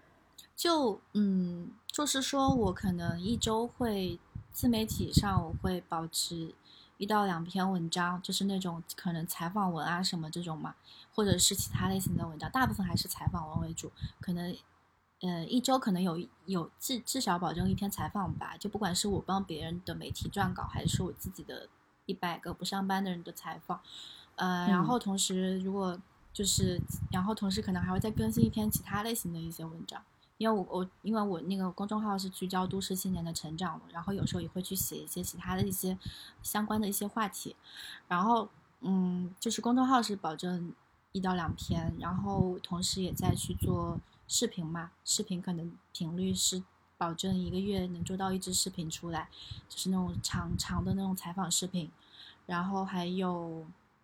就是说我可能一周会自媒体上我会保持1到2篇文章，就是那种可能采访文啊什么这种嘛，或者是其他类型的文章，大部分还是采访文为主，可能一周可能有至少保证1篇采访吧，就不管是我帮别人的媒体撰稿，还是我自己的100个不上班的人的采访，然后同时可能还会再更新1篇其他类型的一些文章， 因为我那个公众号是聚焦都市青年的成长的，然后有时候也会去写一些其他的一些相关的一些话题，然后就是公众号是保证1到2篇，然后同时也在去做视频嘛，视频可能频率是保证1个月能做到1支视频出来，就是那种长的那种采访视频，然后还有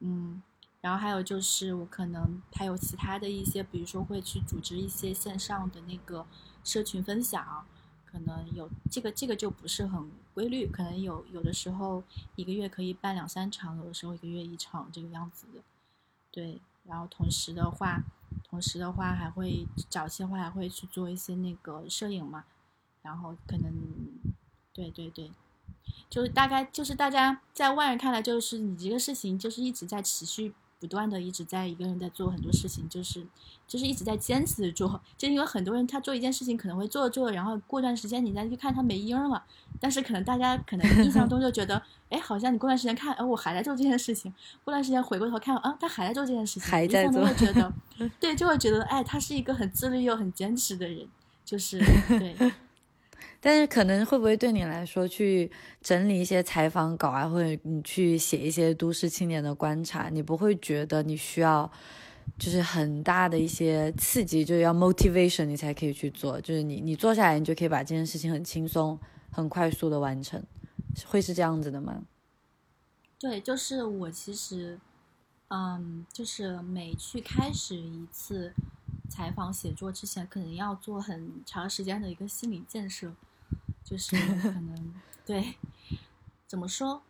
就是我可能还有其他的一些，比如说会去组织一些线上的那个社群分享，可能有这个就不是很规律，可能有的时候1个月可以办2、3场，有的时候1个月1场这个样子的。对，然后同时的话还会早些话还会去做一些那个摄影嘛，然后可能对，就是大概就是大家在外人看来，就是你这个事情就是一直在持续不断的，一直在一个人在做很多事情，就是一直在坚持的做。就因为很多人他做一件事情可能会做着，然后过段时间你再去看他没音了，但是可能大家可能印象中就觉得，哎，好像你过段时间看，我还在做这件事情，过段时间回过头看，他还在做这件事情， 还在做， 印象中会觉得，对，就会觉得，哎，他是一个很自律又很坚持的人，就是对。 但是可能会不会对你来说，去整理一些采访稿啊，或者你去写一些都市青年的观察，你不会觉得你需要就是很大的一些刺激，就是要 motivation 你才可以去做，就是你做下来，你就可以把这件事情很轻松很快速的完成，会是这样子的吗？ 对，就是我其实就是每去开始一次采访写作之前，可能要做很长时间的一个心理建设，就是可能对，怎么说？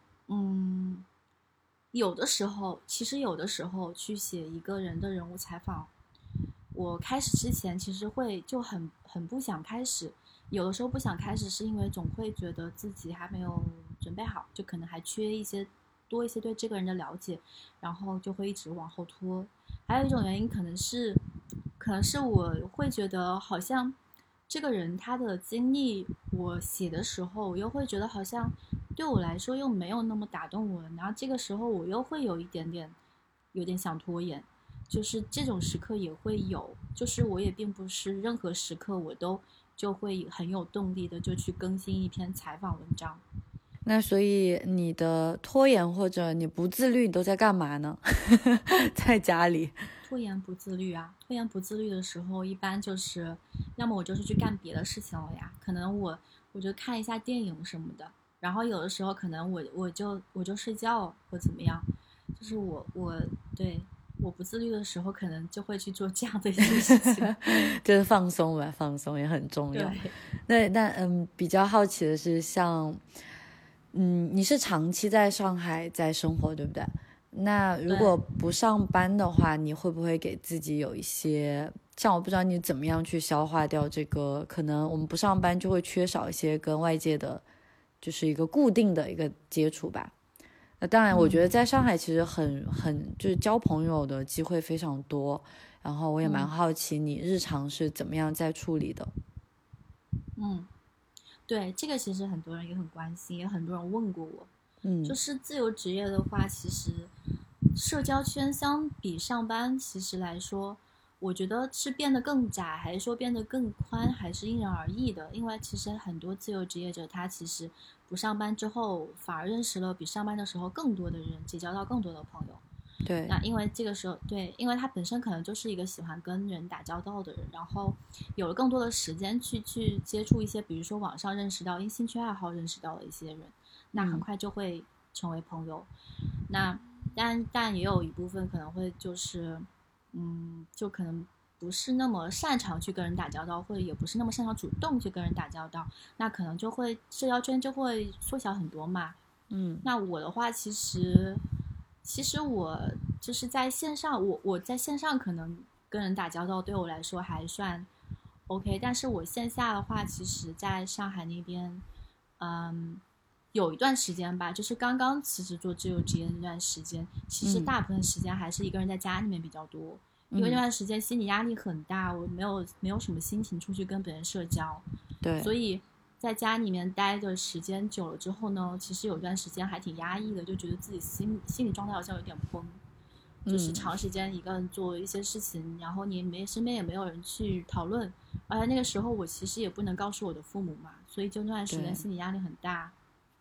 其实有的时候去写一个人的人物采访，我开始之前其实会就很不想开始，有的时候不想开始是因为总会觉得自己还没有准备好，就可能还缺多一些对这个人的了解，然后就会一直往后拖。还有一种原因可能是我会觉得好像这个人他的经历，我写的时候我又会觉得好像对我来说又没有那么打动我，然后这个时候我又会有点想拖延，就是这种时刻也会有，就是我也并不是任何时刻我都就会很有动力的就去更新一篇采访文章。 那所以你的拖延或者你不自律，你都在干嘛呢？在家里。 拖延不自律的时候，一般就是要么我就是去干别的事情了呀，可能我就看一下电影什么的，然后有的时候可能我就睡觉或怎么样，就是对我不自律的时候，可能就会去做这样的一些事情， 就是放松吧，放松也很重要。那比较好奇的是像，你是长期在上海在生活，对不对？那如果不上班的话，你会不会给自己有一些，像我不知道你怎么样去消化掉这个，可能我们不上班就会缺少一些跟外界的，就是一个固定的一个接触吧。那当然，我觉得在上海其实很就是交朋友的机会非常多，然后我也蛮好奇你日常是怎么样在处理的。 对，这个其实很多人也很关心，也很多人问过我。就是自由职业的话，其实社交圈相比上班其实来说，我觉得是变得更窄，还是说变得更宽，还是因人而异的。因为其实很多自由职业者，他其实不上班之后，反而认识了比上班的时候更多的人，结交到更多的朋友。 对， 那因为这个时候，对，因为他本身可能就是一个喜欢跟人打交道的人，然后有了更多的时间去接触一些，比如说网上认识到因兴趣爱好认识到的一些人，那很快就会成为朋友。那但也有一部分可能会就是，就可能不是那么擅长去跟人打交道，或者也不是那么擅长主动去跟人打交道，那可能就会社交圈就会缩小很多嘛。那我的话，其实我就是在线上，我在线上可能跟人打交道对我来说还算 OK， 但是我线下的话，其实在上海那边，有一段时间吧，就是刚刚辞职做自由职业那段时间，其实大部分时间还是一个人在家里面比较多，因为那段时间心理压力很大，我没有什么心情出去跟别人社交， 对， 所以在家里面待的时间久了之后呢，其实有段时间还挺压抑的，就觉得自己心理状态好像有点崩。 就是长时间一个人做一些事情，然后你身边也没有人去讨论，而且那个时候我其实也不能告诉我的父母嘛，所以就那段时间心理压力很大。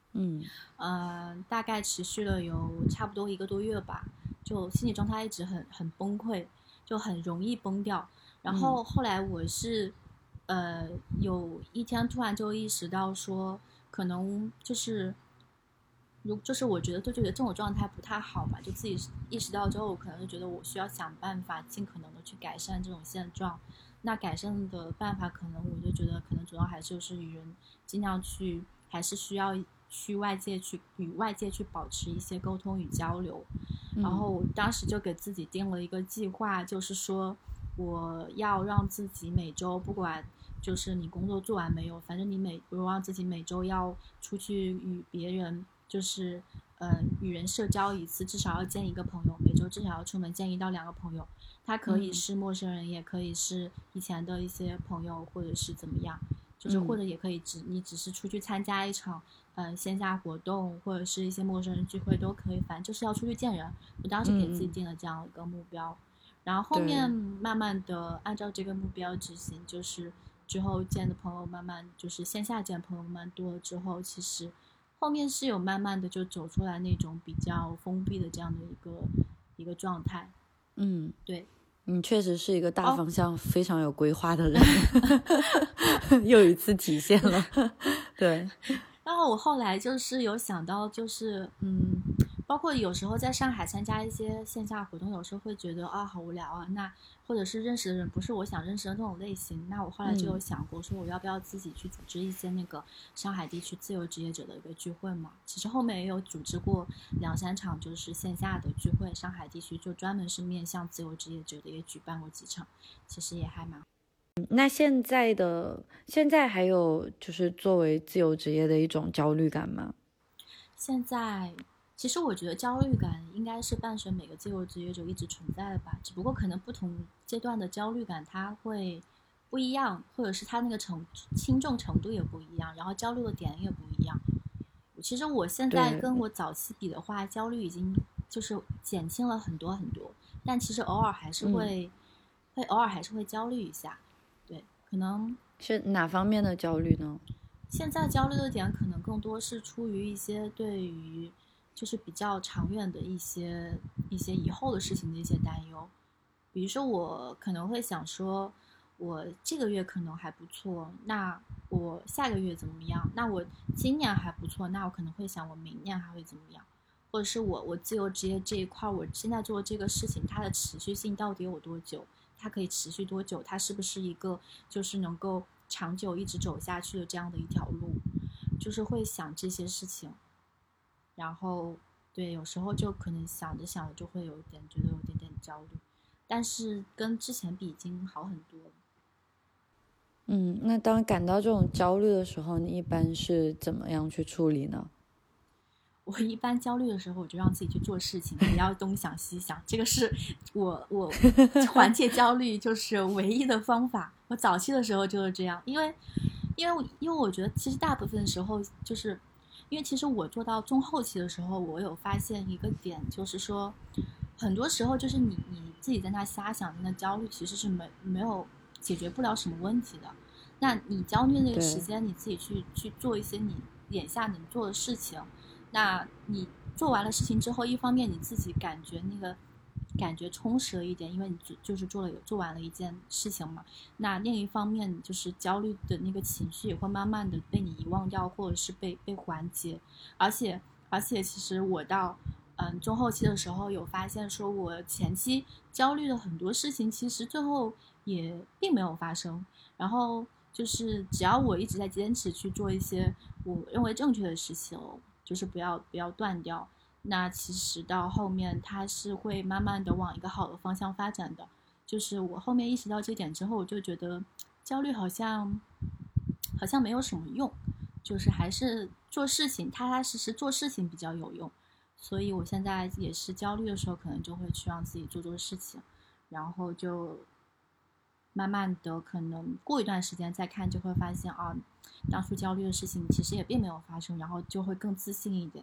大概持续了有差不多1个多月吧，就心理状态一直很崩溃，就很容易崩掉。然后后来我是有一天突然就意识到说，可能就是我觉得这种状态不太好嘛，就自己意识到之后，我可能就觉得我需要想办法尽可能的去改善这种现状。那改善的办法，可能我就觉得可能主要还是就是与人尽量去，还是需要与外界去保持一些沟通与交流。然后我当时就给自己定了一个计划，就是说我要让自己每周，不管就是你工作做完没有，反正我让自己每周要出去与别人就是与人社交一次，至少要见一个朋友，每周至少要出门见1到2个朋友。他可以是陌生人，也可以是以前的一些朋友，或者是怎么样，就是或者也可以你只是出去参加一场线下活动，或者是一些陌生人聚会都可以，反正就是要出去见人。我当时给自己定了这样一个目标，然后后面慢慢的按照这个目标执行，就是之后见的朋友慢慢就是线下见朋友慢慢多了之后，其实后面是有慢慢的就走出来那种比较封闭的这样的一个状态。对， 你确实是一个大方向非常有规划的人，又一次体现了。对， 然后我后来就是有想到，就是包括有时候在上海参加一些线下活动，有时候会觉得好无聊啊，那或者是认识的人不是我想认识的那种类型，那我后来就有想过说我要不要自己去组织一些那个上海地区自由职业者的一个聚会嘛。其实后面也有组织过2、3场就是线下的聚会，上海地区就专门是面向自由职业者的，也举办过几场，其实也还蛮。 那现在还有就是作为自由职业的一种焦虑感吗？ 现在其实我觉得焦虑感应该是伴随每个自由职业者一直存在的吧，只不过可能不同阶段的焦虑感它会不一样，或者是它那个轻重程度也不一样，然后焦虑的点也不一样。其实我现在跟我早期比的话，焦虑已经就是减轻了很多很多，但其实偶尔还是会焦虑一下。对，可能是哪方面的焦虑呢？ 现在焦虑的点可能更多是出于一些对于就是比较长远的一些以后的事情的一些担忧。比如说我可能会想说，我这个月可能还不错，那我下个月怎么样？那我今年还不错，那我可能会想我明年还会怎么样？或者是我自由职业这一块，我现在做这个事情，它的持续性到底有多久？它可以持续多久？它是不是一个就是能够长久一直走下去的这样的一条路？就是会想这些事情，然后对，有时候就可能想着想着就会觉得有点焦虑，但是跟之前比已经好很多了。 那当感到这种焦虑的时候，你一般是怎么样去处理呢？ 我一般焦虑的时候，我就让自己去做事情，不要东想西想，这个是我缓解焦虑就是唯一的方法。我早期的时候就是这样，因为我觉得其实大部分时候就是因为其实我做到中后期的时候，我有发现一个点，就是说很多时候就是你自己在那瞎想，那焦虑其实是没有解决不了什么问题的。那你焦虑那个时间，你自己去做一些你眼下能做的事情。那你做完了事情之后，一方面你自己感觉充实了一点，因为你就是做完了一件事情嘛。那另一方面就是焦虑的那个情绪也会慢慢的被你遗忘掉，或者是被缓解。而且其实我到中后期的时候有发现说，我前期焦虑的很多事情其实最后也并没有发生。然后就是只要我一直在坚持去做一些我认为正确的事情，就是不要断掉，那其实到后面它是会慢慢的往一个好的方向发展的。就是我后面意识到这点之后，我就觉得焦虑好像没有什么用，就是还是做事情踏踏实实做事情比较有用。所以我现在也是焦虑的时候，可能就会去让自己做事情，然后就慢慢的可能过一段时间再看，就会发现当初焦虑的事情其实也并没有发生，然后就会更自信一点，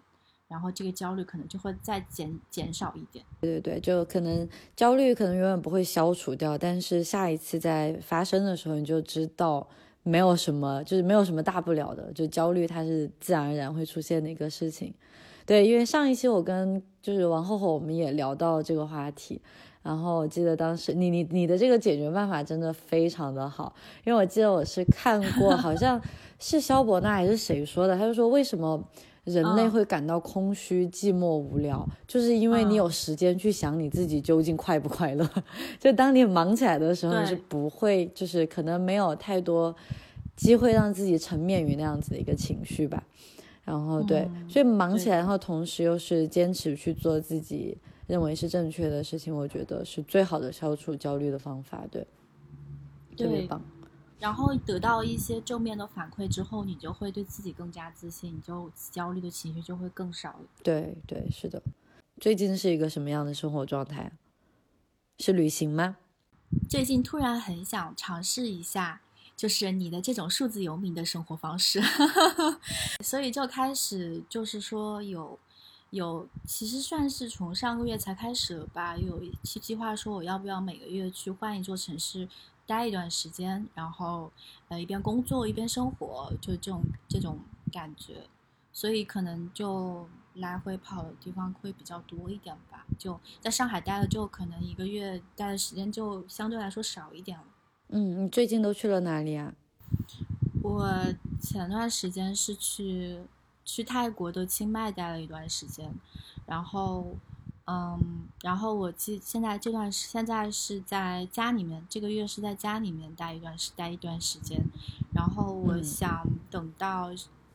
然后这个焦虑可能就会再减少一点。 对对对，就可能焦虑可能永远不会消除掉，但是下一次在发生的时候，你就知道没有什么，就是没有什么大不了的，就焦虑它是自然而然会出现的一个事情。对，因为上一期我跟就是王厚厚我们也聊到这个话题，然后我记得当时你的这个解决办法真的非常的好，因为我记得我是看过，好像是萧伯纳还是谁说的，他就说为什么人类会感到空虚、寂寞、无聊，就是因为你有时间去想你自己究竟快不快乐。就当你忙起来的时候，你是不会，就是可能没有太多机会让自己沉湎于那样子的一个情绪吧。然后对，所以忙起来，然后同时又是坚持去做自己认为是正确的事情，我觉得是最好的消除焦虑的方法。对，特别棒。 然后得到一些正面的反馈之后，你就会对自己更加自信，你就焦虑的情绪就会更少。 对对，是的。最近是一个什么样的生活状态？是旅行吗？ 最近突然很想尝试一下就是你的这种数字游民的生活方式所以就开始就是说其实算是从上个月才开始了吧，有去计划说我要不要每个月去换一座城市待一段时间，然后一边工作一边生活，就这种感觉，所以可能就来回跑的地方会比较多一点吧，就在上海待了就可能一个月待的时间就相对来说少一点了。 你最近都去了哪里啊？ 我前段时间是去泰国的清迈待了一段时间，然后我现在是在家里面，这个月是在家里面待一段时间，然后我想等到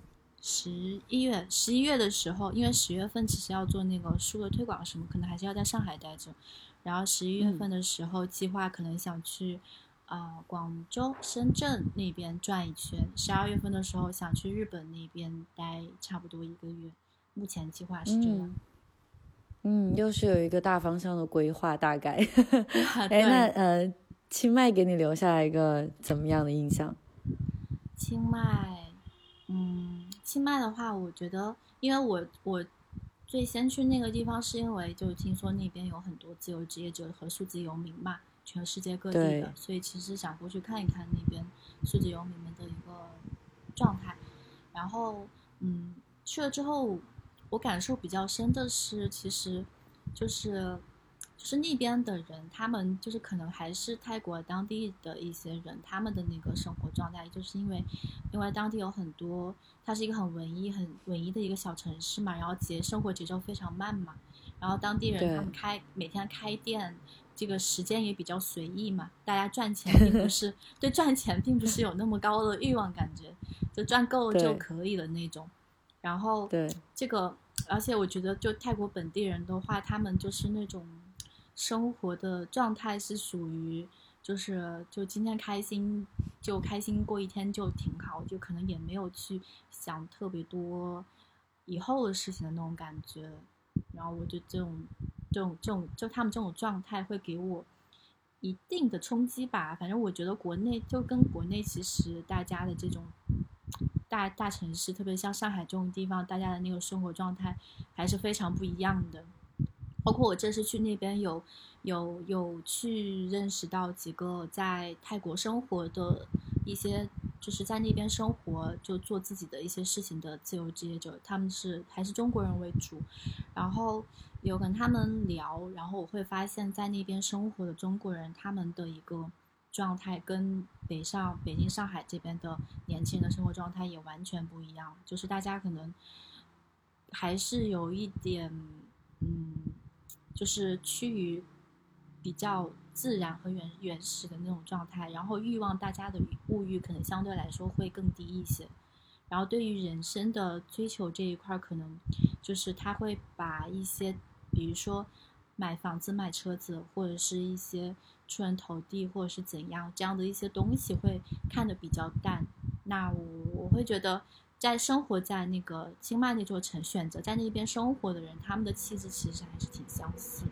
十一月的时候，因为10月份其实要做那个书的推广什么，可能还是要在上海待着，然后11月份的时候计划可能想去广州、深圳那边转一圈，12月份的时候想去日本那边待差不多1个月，目前计划是这样。 又是有一个大方向的规划，大概。 那清迈给你留下来一个怎么样的印象？ 清迈的话，我觉得，因为我最先去那个地方是因为就听说那边有很多自由职业者和数字游民嘛，全世界各地的，所以其实想过去看一看那边数字游民们的一个状态。然后去了之后我感受比较深的是，其实就是那边的人，他们就是可能还是泰国当地的一些人，他们的那个生活状态，就是因为当地有很多，它是一个很文艺的一个小城市嘛，然后生活节奏非常慢嘛，然后当地人他们每天开店，这个时间也比较随意嘛，大家赚钱并不是对赚钱并不是有那么高的欲望，感觉就赚够了就可以了那种。然后这个，而且我觉得就泰国本地人的话，他们就是那种生活的状态是属于就今天开心就开心过一天就挺好，就可能也没有去想特别多以后的事情的那种感觉。然后我就这种就他们这种状态会给我一定的冲击吧。反正我觉得国内就跟国内其实大家的这种大城市，特别像上海这种地方，大家的那个生活状态还是非常不一样的。包括我这次去那边有去认识到几个在泰国生活的一些，就是在那边生活就做自己的一些事情的自由职业者，他们还是中国人为主，然后有跟他们聊，然后我会发现在那边生活的中国人，他们的一个状态跟北京、上海这边的年轻人的生活状态也完全不一样，就是大家可能还是有一点就是趋于比较自然和原始的那种状态，然后大家的物欲可能相对来说会更低一些，然后对于人生的追求这一块，可能就是他会把一些比如说买房子、买车子，或者是一些出人头地或者是怎样这样的一些东西会看得比较淡。那我会觉得在生活在那个清迈那座城，选择在那边生活的人，他们的气质其实还是挺相似的。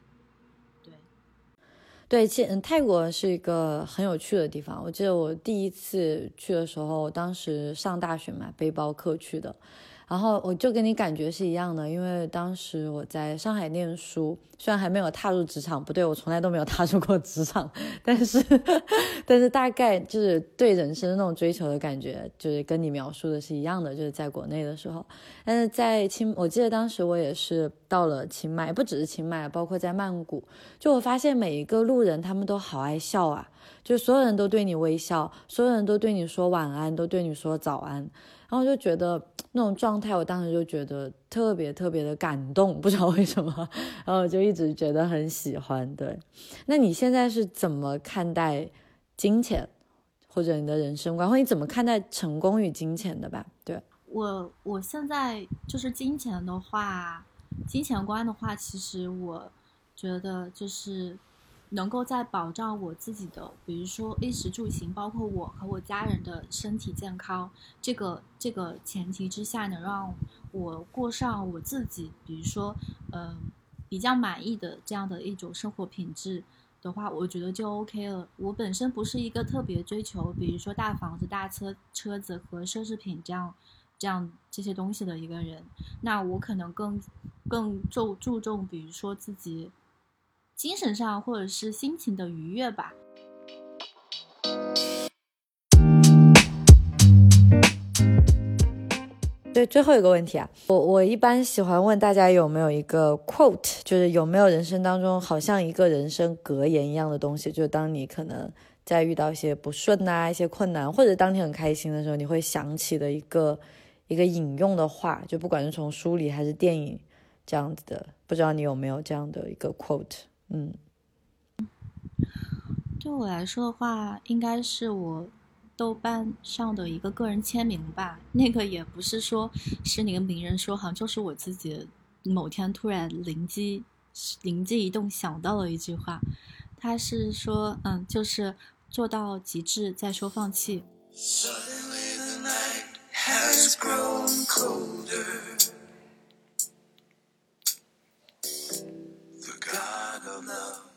对，泰国是一个很有趣的地方。我记得我第一次去的时候，当时上大学嘛，背包客去的。 然后我就跟你感觉是一样的，因为当时我在上海念书，虽然还没有踏入职场，不对，我从来都没有踏入过职场，但是大概就是对人生那种追求的感觉，就是跟你描述的是一样的，就是在国内的时候。但是在我记得当时我也是到了清迈，不只是清迈，包括在曼谷，就我发现每一个路人他们都好爱笑啊，就所有人都对你微笑，所有人都对你说晚安，都对你说早安，然后就觉得那种状态，我当时就觉得特别特别的感动，不知道为什么，然后我就一直觉得很喜欢。对，那你现在是怎么看待金钱，或者你的人生观，或者你怎么看待成功与金钱的吧？对， 我现在就是金钱的话，金钱观的话，其实我觉得就是能够在保障我自己的，比如说衣食住行，包括我和我家人的身体健康，这个前提之下，能让我过上我自己，比如说比较满意的这样的一种生活品质的话，我觉得就 OK 了。我本身不是一个特别追求，比如说大房子、大车子和奢侈品这样这些东西的一个人。那我可能更注重，比如说自己精神上或者是心情的愉悦吧。 对，最后一个问题啊，我一般喜欢问大家有没有一个 quote， 就是有没有人生当中好像一个人生格言一样的东西，就是当你可能在遇到一些不顺啊、一些困难，或者当你很开心的时候，你会想起的一个引用的话，就不管是从书里还是电影这样子的，不知道你有没有这样的一个 quote？ 对我来说的话，应该是我豆瓣上的一个个人签名吧。那个也不是说是哪个名人说，好像就是我自己某天突然灵机一动想到了一句话。他是说，就是做到极致再说放弃。Suddenly the night has grown colder. The God of love